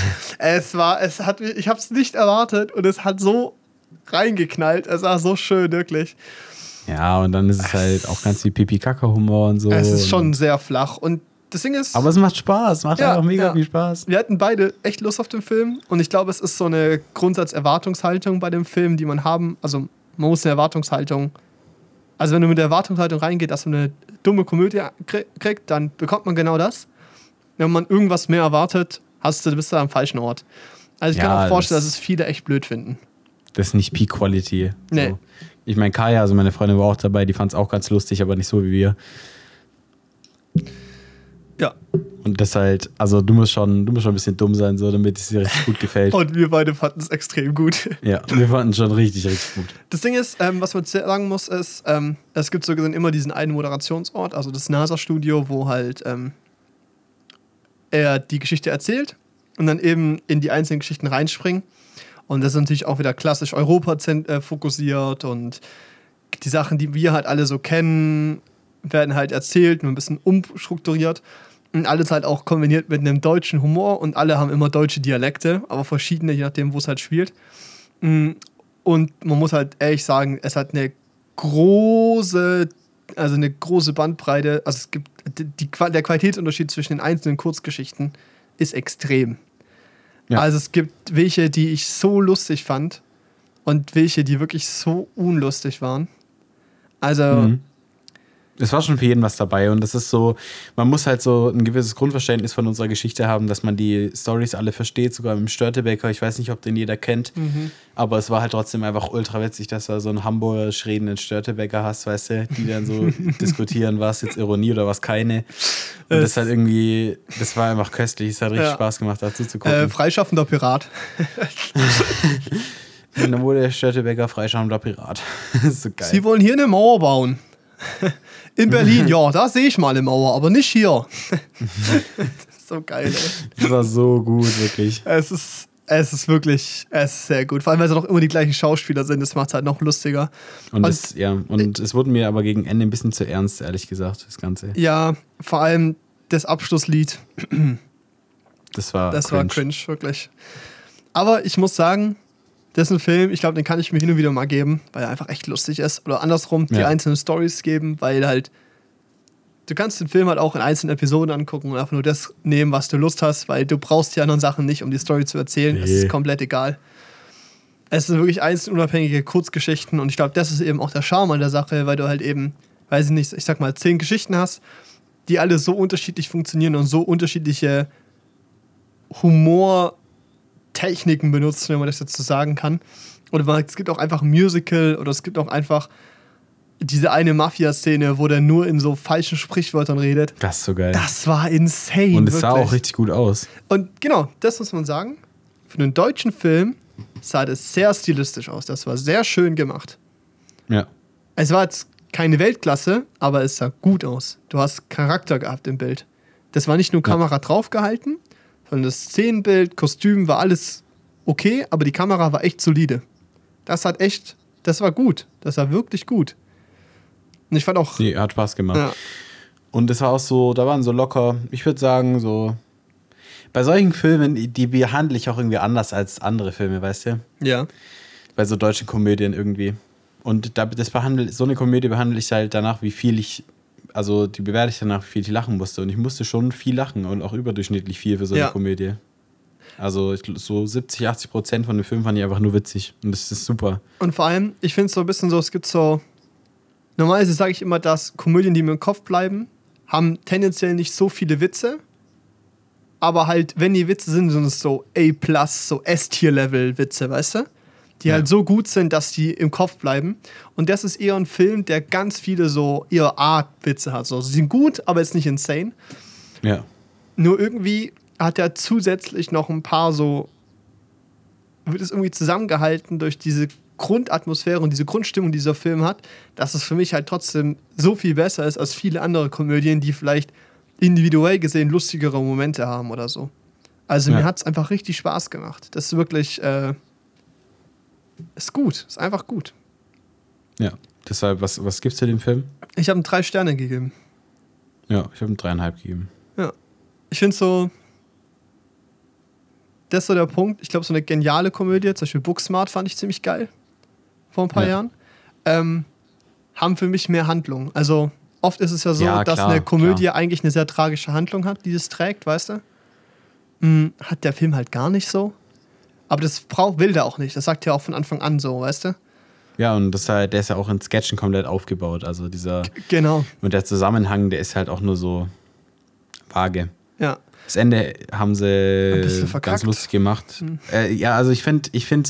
Ich hab's nicht erwartet. Und es hat so reingeknallt. Es war so schön, wirklich. Ja, und dann ist es halt auch ganz viel Pipi-Kaka-Humor und so. Es ist schon sehr flach. Und das Ding ist, aber es macht Spaß, macht einfach mega viel Spaß. Wir hatten beide echt Lust auf den Film und ich glaube, es ist so eine Grundsatz-Erwartungshaltung bei dem Film, die man haben. Also man muss eine Erwartungshaltung, also wenn du mit der Erwartungshaltung reingeht, dass man eine dumme Komödie kriegt, dann bekommt man genau das. Wenn man irgendwas mehr erwartet, bist du am falschen Ort. Also ich kann auch vorstellen, dass es viele echt blöd finden. Das ist nicht Peak Quality. Nee. So. Ich meine, Kaya, also meine Freundin war auch dabei, die fand es auch ganz lustig, aber nicht so wie wir. Ja. Und das halt, also du musst schon ein bisschen dumm sein, so, damit es dir richtig gut gefällt. Und wir beide fanden es extrem gut. Ja, wir fanden es schon richtig, richtig gut. Das Ding ist, was man sagen muss, ist, es gibt so gesehen immer diesen einen Moderationsort, also das NASA-Studio, wo halt er die Geschichte erzählt und dann eben in die einzelnen Geschichten reinspringen. Und das ist natürlich auch wieder klassisch Europa fokussiert und die Sachen, die wir halt alle so kennen, werden halt erzählt, nur ein bisschen umstrukturiert. Und alles halt auch kombiniert mit einem deutschen Humor und alle haben immer deutsche Dialekte, aber verschiedene, je nachdem, wo es halt spielt. Und man muss halt ehrlich sagen, es hat eine große Bandbreite. Also es gibt der Qualitätsunterschied zwischen den einzelnen Kurzgeschichten ist extrem. Ja. Also es gibt welche, die ich so lustig fand und welche, die wirklich so unlustig waren. Also es war schon für jeden was dabei und das ist so, man muss halt so ein gewisses Grundverständnis von unserer Geschichte haben, dass man die Storys alle versteht, sogar im Störtebeker. Ich weiß nicht, ob den jeder kennt, aber es war halt trotzdem einfach ultra witzig, dass du so einen hamburgisch redenden Störtebeker hast, weißt du, die dann so diskutieren, war es jetzt Ironie oder was keine. Und das halt irgendwie, das war einfach köstlich, es hat richtig Spaß gemacht, dazu zu gucken. Freischaffender Pirat. Und dann wurde der Störtebeker freischaffender Pirat. Das ist so geil. Sie wollen hier eine Mauer bauen. In Berlin, ja, da sehe ich mal eine Mauer, aber nicht hier. Das ist so geil, ey. Das war so gut, wirklich. Es ist wirklich sehr gut. Vor allem, weil es auch immer die gleichen Schauspieler sind, das macht es halt noch lustiger. Und es wurde mir aber gegen Ende ein bisschen zu ernst, ehrlich gesagt, das Ganze. Ja, vor allem das Abschlusslied. Das war cringe, wirklich. Aber ich muss sagen, das ist ein Film, ich glaube, den kann ich mir hin und wieder mal geben, weil er einfach echt lustig ist. Oder andersrum, die einzelnen Storys geben, weil halt, du kannst den Film halt auch in einzelnen Episoden angucken und einfach nur das nehmen, was du Lust hast, weil du brauchst die anderen Sachen nicht, um die Story zu erzählen. Es ist komplett egal. Es sind wirklich einzeln unabhängige Kurzgeschichten und ich glaube, das ist eben auch der Charme an der Sache, weil du halt eben, weiß ich nicht, ich sag mal 10 Geschichten hast, die alle so unterschiedlich funktionieren und so unterschiedliche Humortechniken benutzen, wenn man das jetzt so sagen kann. Oder es gibt auch einfach ein Musical oder es gibt auch einfach diese eine Mafia-Szene, wo der nur in so falschen Sprichwörtern redet. Das ist so geil. Das war insane. Und es sah auch richtig gut aus. Und genau, das muss man sagen. Für einen deutschen Film sah das sehr stilistisch aus. Das war sehr schön gemacht. Ja. Es war jetzt keine Weltklasse, aber es sah gut aus. Du hast Charakter gehabt im Bild. Das war nicht nur Kamera draufgehalten, sondern das Szenenbild, Kostüm war alles okay, aber die Kamera war echt solide. Das war gut. Das war wirklich gut. Und ich fand auch... Nee, hat Spaß gemacht. Ja. Und es war auch so, da waren so locker, ich würde sagen, so... Bei solchen Filmen, die behandle ich auch irgendwie anders als andere Filme, weißt du? Ja. Bei so deutschen Komödien irgendwie. Und so eine Komödie behandle ich halt danach, wie viel die bewerte ich danach, wie viel ich lachen musste. Und ich musste schon viel lachen und auch überdurchschnittlich viel für so eine Komödie. Also so 70-80% von dem Film fand ich einfach nur witzig. Und das ist super. Und vor allem, ich finde es so ein bisschen so, es gibt so... Normalerweise sage ich immer, dass Komödien, die mir im Kopf bleiben, haben tendenziell nicht so viele Witze. Aber halt, wenn die Witze sind es so A+, so S-Tier-Level-Witze, weißt du? Die halt so gut sind, dass die im Kopf bleiben. Und das ist eher ein Film, der ganz viele so eher Art-Witze hat. So, sie sind gut, aber jetzt nicht insane. Ja. Nur irgendwie hat er zusätzlich noch ein paar so, wird es irgendwie zusammengehalten durch diese Grundatmosphäre und diese Grundstimmung, die dieser Film hat, dass es für mich halt trotzdem so viel besser ist als viele andere Komödien, die vielleicht individuell gesehen lustigere Momente haben oder so. Also mir hat es einfach richtig Spaß gemacht. Das ist wirklich, ist gut, ist einfach gut. Ja, deshalb, was gibt's zu dem Film? Ich habe ihm 3 Sterne gegeben. Ja, ich habe ihm 3,5 gegeben. Ja, ich finde so, das ist so der Punkt. Ich glaube, so eine geniale Komödie, zum Beispiel Booksmart fand ich ziemlich geil. Vor ein paar Jahren. Haben für mich mehr Handlung. Also oft ist es ja so, dass eine Komödie eigentlich eine sehr tragische Handlung hat, die das trägt, weißt du? Hat der Film halt gar nicht so. Aber das will der auch nicht. Das sagt er auch von Anfang an so, weißt du? Ja, und der ist ja auch in Sketchen komplett aufgebaut. Also dieser... Genau. Und der Zusammenhang, der ist halt auch nur so vage. Ja. Das Ende haben sie ganz lustig gemacht. Also ich finde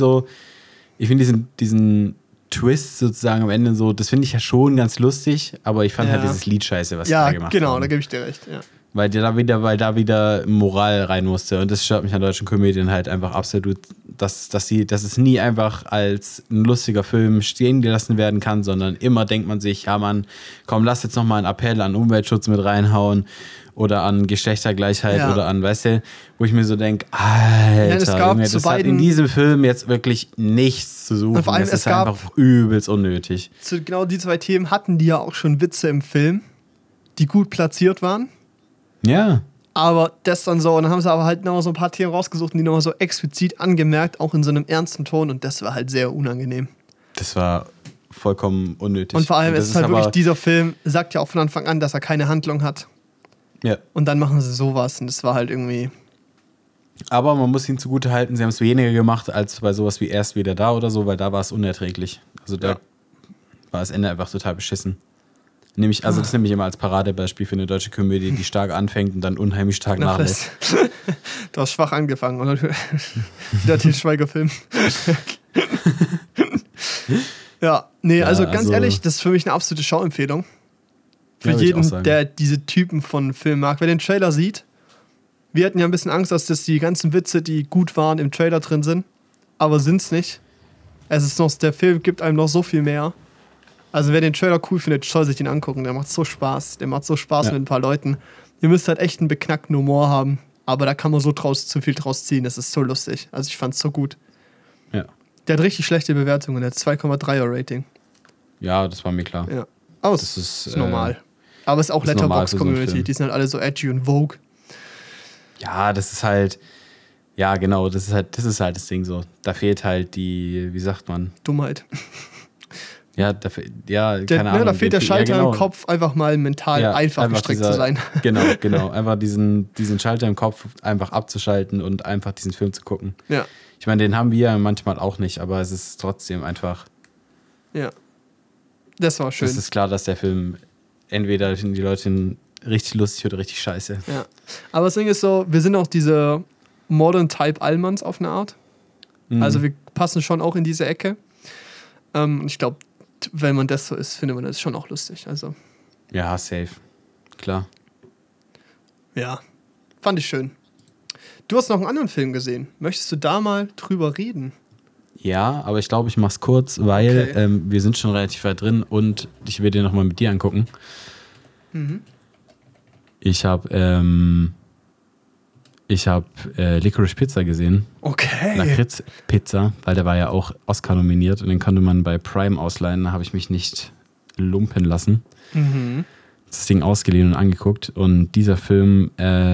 diesen Twist sozusagen am Ende so, das finde ich ja schon ganz lustig, aber ich fand halt dieses Lied scheiße, was sie da gemacht haben. Ja, genau, da gebe ich dir recht, ja. Weil da wieder Moral rein musste. Und das stört mich an deutschen Komödien halt einfach absolut, dass es nie einfach als ein lustiger Film stehen gelassen werden kann, sondern immer denkt man sich, ja Mann, komm, lass jetzt nochmal einen Appell an Umweltschutz mit reinhauen oder an Geschlechtergleichheit oder an, weißt du, wo ich mir so denke, Alter, Junge, das hat in diesem Film jetzt wirklich nichts zu suchen. Und vor allem, das ist einfach übelst unnötig. Zu genau die zwei Themen hatten die ja auch schon Witze im Film, die gut platziert waren. Ja. Aber das dann so, und dann haben sie aber halt noch so ein paar Themen rausgesucht und die nochmal so explizit angemerkt, auch in so einem ernsten Ton, und das war halt sehr unangenehm. Das war vollkommen unnötig. Und vor allem ist halt wirklich, dieser Film sagt ja auch von Anfang an, dass er keine Handlung hat. Ja. Und dann machen sie sowas und das war halt irgendwie... Aber man muss ihnen zugute halten, sie haben es weniger gemacht als bei sowas wie Erst wieder da oder so, weil da war es unerträglich. Also da war das Ende einfach total beschissen. Das nehme ich immer als Paradebeispiel für eine deutsche Komödie, die stark anfängt und dann unheimlich stark nachlässt. Du hast schwach angefangen, oder? Der Til Schweiger-Film. Also ganz ehrlich, das ist für mich eine absolute Schauempfehlung. Für jeden, der diese Typen von Filmen mag. Wer den Trailer sieht, wir hatten ja ein bisschen Angst, dass das die ganzen Witze, die gut waren, im Trailer drin sind. Aber sind's nicht. Der Film gibt einem noch so viel mehr. Also wer den Trailer cool findet, soll sich den angucken. Der macht so Spaß. Der macht so Spaß mit ein paar Leuten. Ihr müsst halt echt einen beknackten Humor haben. Aber da kann man so zu viel draus ziehen. Das ist so lustig. Also ich fand's so gut. Ja. Der hat richtig schlechte Bewertungen. Der hat 2,3er Rating. Ja, das war mir klar. Ja. Aber das ist normal. Aber es ist auch Letterboxd-Community. So die sind halt alle so edgy und Vogue. Ja, das ist halt... Ja, genau. Das ist halt das Ding so. Da fehlt halt die... Wie sagt man? Dummheit. Ja, keine Ahnung. Da fehlt der Schalter im Kopf, einfach mal mental einfach gestrickt zu sein. Genau. Einfach diesen Schalter im Kopf einfach abzuschalten und einfach diesen Film zu gucken. Ja. Ich meine, den haben wir ja manchmal auch nicht, aber es ist trotzdem einfach... Ja. Das war schön. Es ist klar, dass der Film entweder finden die Leute richtig lustig oder richtig scheiße. Ja. Aber das Ding ist so, wir sind auch diese Modern Type Allmanns auf eine Art. Mhm. Also wir passen schon auch in diese Ecke. Ich glaube, wenn man das so ist, findet man das schon auch lustig. Also. Ja, safe. Klar. Ja, fand ich schön. Du hast noch einen anderen Film gesehen. Möchtest du da mal drüber reden? Ja, aber ich glaube, ich mach's kurz, weil wir sind schon relativ weit drin und ich will den nochmal mit dir angucken. Mhm. Ich habe Licorice Pizza gesehen. Okay. Lakritz Pizza, weil der war ja auch Oscar nominiert und den konnte man bei Prime ausleihen. Da habe ich mich nicht lumpen lassen. Mhm. Das Ding ausgeliehen und angeguckt. Und dieser Film,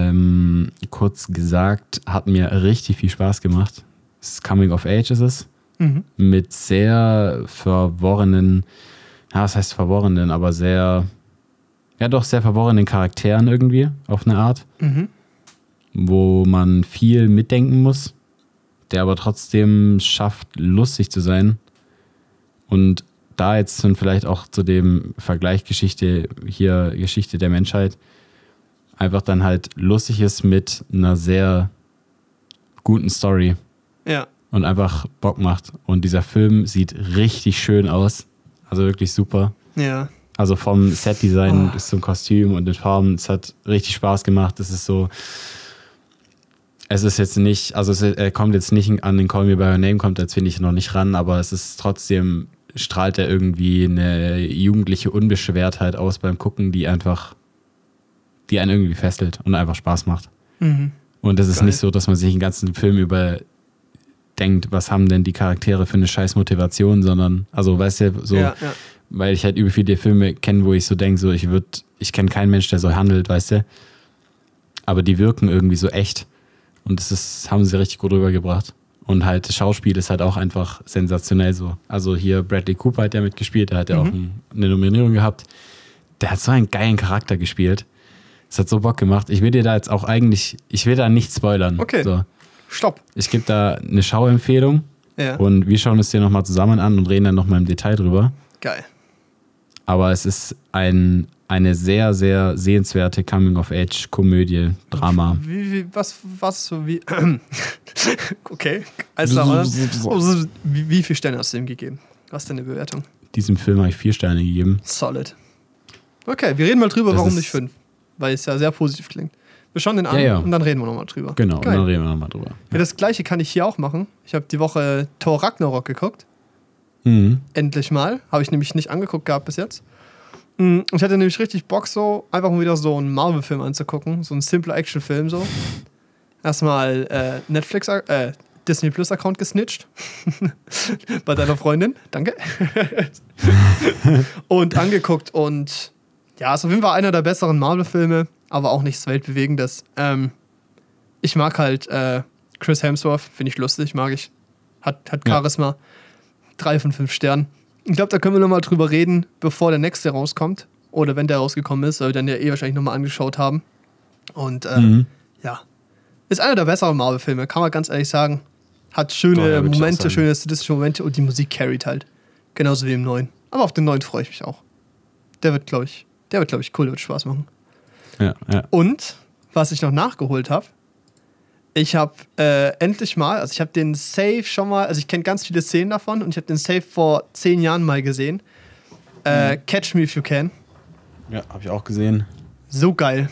kurz gesagt, hat mir richtig viel Spaß gemacht. Coming of Age ist es. Mhm. Mit sehr verworrenen, was heißt verworrenen, aber sehr verworrenen Charakteren irgendwie, auf eine Art. Mhm. Wo man viel mitdenken muss, der aber trotzdem schafft, lustig zu sein. Und da jetzt dann vielleicht auch zu dem Vergleich Geschichte der Menschheit, einfach dann halt lustig ist mit einer sehr guten Story. Ja. Und einfach Bock macht. Und dieser Film sieht richtig schön aus. Also wirklich super. Ja. Also vom Setdesign bis zum Kostüm und den Farben. Es hat richtig Spaß gemacht. Es ist so... Es ist jetzt nicht, er kommt jetzt nicht an den Call Me By Your Name, kommt jetzt, finde ich, noch nicht ran, aber es ist trotzdem, strahlt er irgendwie eine jugendliche Unbeschwertheit aus beim Gucken, die einen irgendwie fesselt und einfach Spaß macht. Mhm. Und es ist nicht so, dass man sich den ganzen Film über denkt, was haben denn die Charaktere für eine scheiß Motivation, sondern, also weißt du, so, weil ich halt über viele Filme kenne, wo ich so denke, so ich kenne keinen Mensch, der so handelt, weißt du, aber die wirken irgendwie so echt. Und haben sie richtig gut rübergebracht. Und halt das Schauspiel ist halt auch einfach sensationell so. Also hier Bradley Cooper hat ja mitgespielt, der hat ja auch eine Nominierung gehabt. Der hat so einen geilen Charakter gespielt. Das hat so Bock gemacht. Ich will da nicht spoilern. Okay, so. Stopp. Ich gebe da eine Schauempfehlung. Ja. Und wir schauen es dir nochmal zusammen an und reden dann nochmal im Detail drüber. Geil. Aber es ist eine sehr, sehr sehenswerte Coming-of-Age-Komödie, Drama. Wie okay. Also, wie viele Sterne hast du ihm gegeben? Was ist deine Bewertung? Diesem Film habe ich 4 Sterne gegeben. Solid. Okay, wir reden mal drüber, warum nicht 5. weil es ja sehr positiv klingt. Wir schauen den an und dann reden wir nochmal drüber. Genau, geil. Und dann reden wir nochmal drüber. Ja, das Gleiche kann ich hier auch machen. Ich habe die Woche Thor Ragnarok geguckt. Endlich mal. Habe ich nämlich nicht angeguckt gehabt bis jetzt. Ich hatte nämlich richtig Bock, so einfach mal wieder so einen Marvel-Film anzugucken. So einen simpler Action-Film so. Erstmal Disney Plus-Account gesnitcht. Bei deiner Freundin. Danke. Und angeguckt und ja, ist auf jeden Fall einer der besseren Marvel-Filme, aber auch nichts Weltbewegendes. Ich mag halt Chris Hemsworth, finde ich lustig, mag ich. Hat Charisma. 3 von 5 Sternen. Ich glaube, da können wir nochmal drüber reden, bevor der nächste rauskommt. Oder wenn der rausgekommen ist, weil wir dann ja wahrscheinlich nochmal angeschaut haben. Und ja, ist einer der besseren Marvel-Filme, kann man ganz ehrlich sagen. Hat schöne Momente, schöne stilistische Momente und die Musik carried halt. Genauso wie im neuen. Aber auf den neuen freue ich mich auch. Der wird, glaube ich, cool, der wird Spaß machen. Ja. Und, was ich noch nachgeholt habe, ich habe endlich mal, also ich habe den Save schon mal, also ich kenne ganz viele Szenen davon und ich habe den Save vor 10 Jahren mal gesehen. Catch Me If You Can. Ja, habe ich auch gesehen. So geil.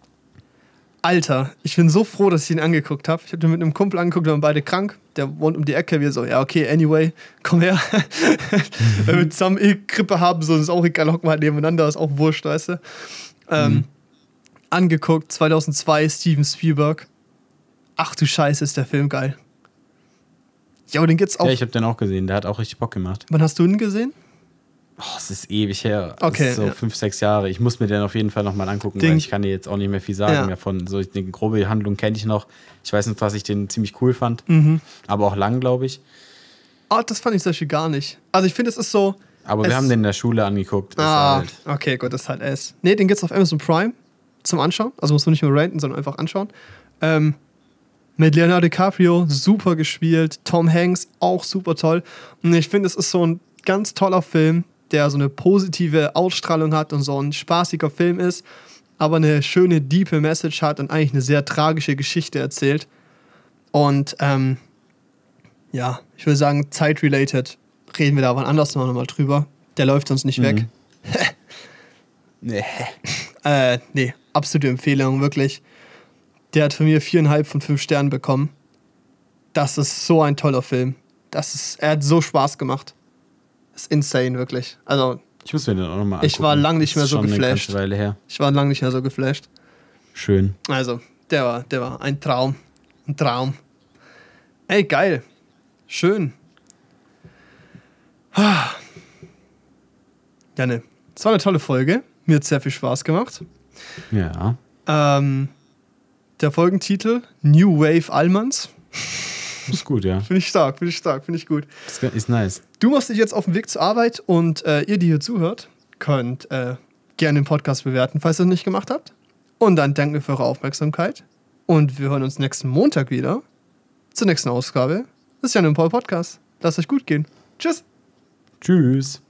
Alter, ich bin so froh, dass ich ihn angeguckt habe. Ich habe den mit einem Kumpel angeguckt, wir waren beide krank. Der wohnt um die Ecke. Wir so, ja, okay, anyway, komm her. Wenn wir zusammen Grippe haben, so ist auch egal, hocken wir halt nebeneinander, ist auch wurscht, weißt du. Angeguckt, 2002, Steven Spielberg. Ach du Scheiße, ist der Film geil. Ja, aber den gibt's auch. Ja, ich habe den auch gesehen, der hat auch richtig Bock gemacht. Wann hast du ihn gesehen? Oh, es ist ewig her. Okay. Das ist so 5, 6 Jahre. Ich muss mir den auf jeden Fall nochmal angucken, weil ich kann dir jetzt auch nicht mehr viel sagen davon. So eine grobe Handlung kenne ich noch. Ich weiß nicht, was ich den ziemlich cool fand. Aber auch lang, glaube ich. Oh, das fand ich zum Beispiel gar nicht. Also ich finde, es ist so. Aber wir haben den in der Schule angeguckt. Okay, gut, das ist halt S. Nee, den gibt's auf Amazon Prime zum Anschauen. Also muss man nicht nur ranten, sondern einfach anschauen. Mit Leonardo DiCaprio, super gespielt. Tom Hanks, auch super toll. Und ich finde, es ist so ein ganz toller Film, der so eine positive Ausstrahlung hat und so ein spaßiger Film ist, aber eine schöne, diepe Message hat und eigentlich eine sehr tragische Geschichte erzählt. Und ja, ich würde sagen, Zeit-related reden wir da wann anders nochmal drüber. Der läuft uns nicht weg. Nee, absolute Empfehlung, wirklich. Der hat von mir 4,5 von 5 Sternen bekommen. Das ist so ein toller Film. Er hat so Spaß gemacht. Das ist insane, wirklich. Also, ich muss mir den auch nochmal angucken. Ich war lang nicht mehr so geflasht. Eine Weile her. Ich war lang nicht mehr so geflasht. Schön. Also, der war ein Traum. Ein Traum. Ey, geil. Schön. Janne, das war eine tolle Folge. Mir hat sehr viel Spaß gemacht. Ja. Der Folgentitel: New Wave Allmanns. Ist gut, ja. Finde ich stark, finde ich gut. Das ist nice. Du machst dich jetzt auf den Weg zur Arbeit und ihr, die hier zuhört, könnt gerne den Podcast bewerten, falls ihr es nicht gemacht habt. Und dann danken wir für eure Aufmerksamkeit. Und wir hören uns nächsten Montag wieder zur nächsten Ausgabe des Jan und Paul Podcast. Lasst euch gut gehen. Tschüss. Tschüss.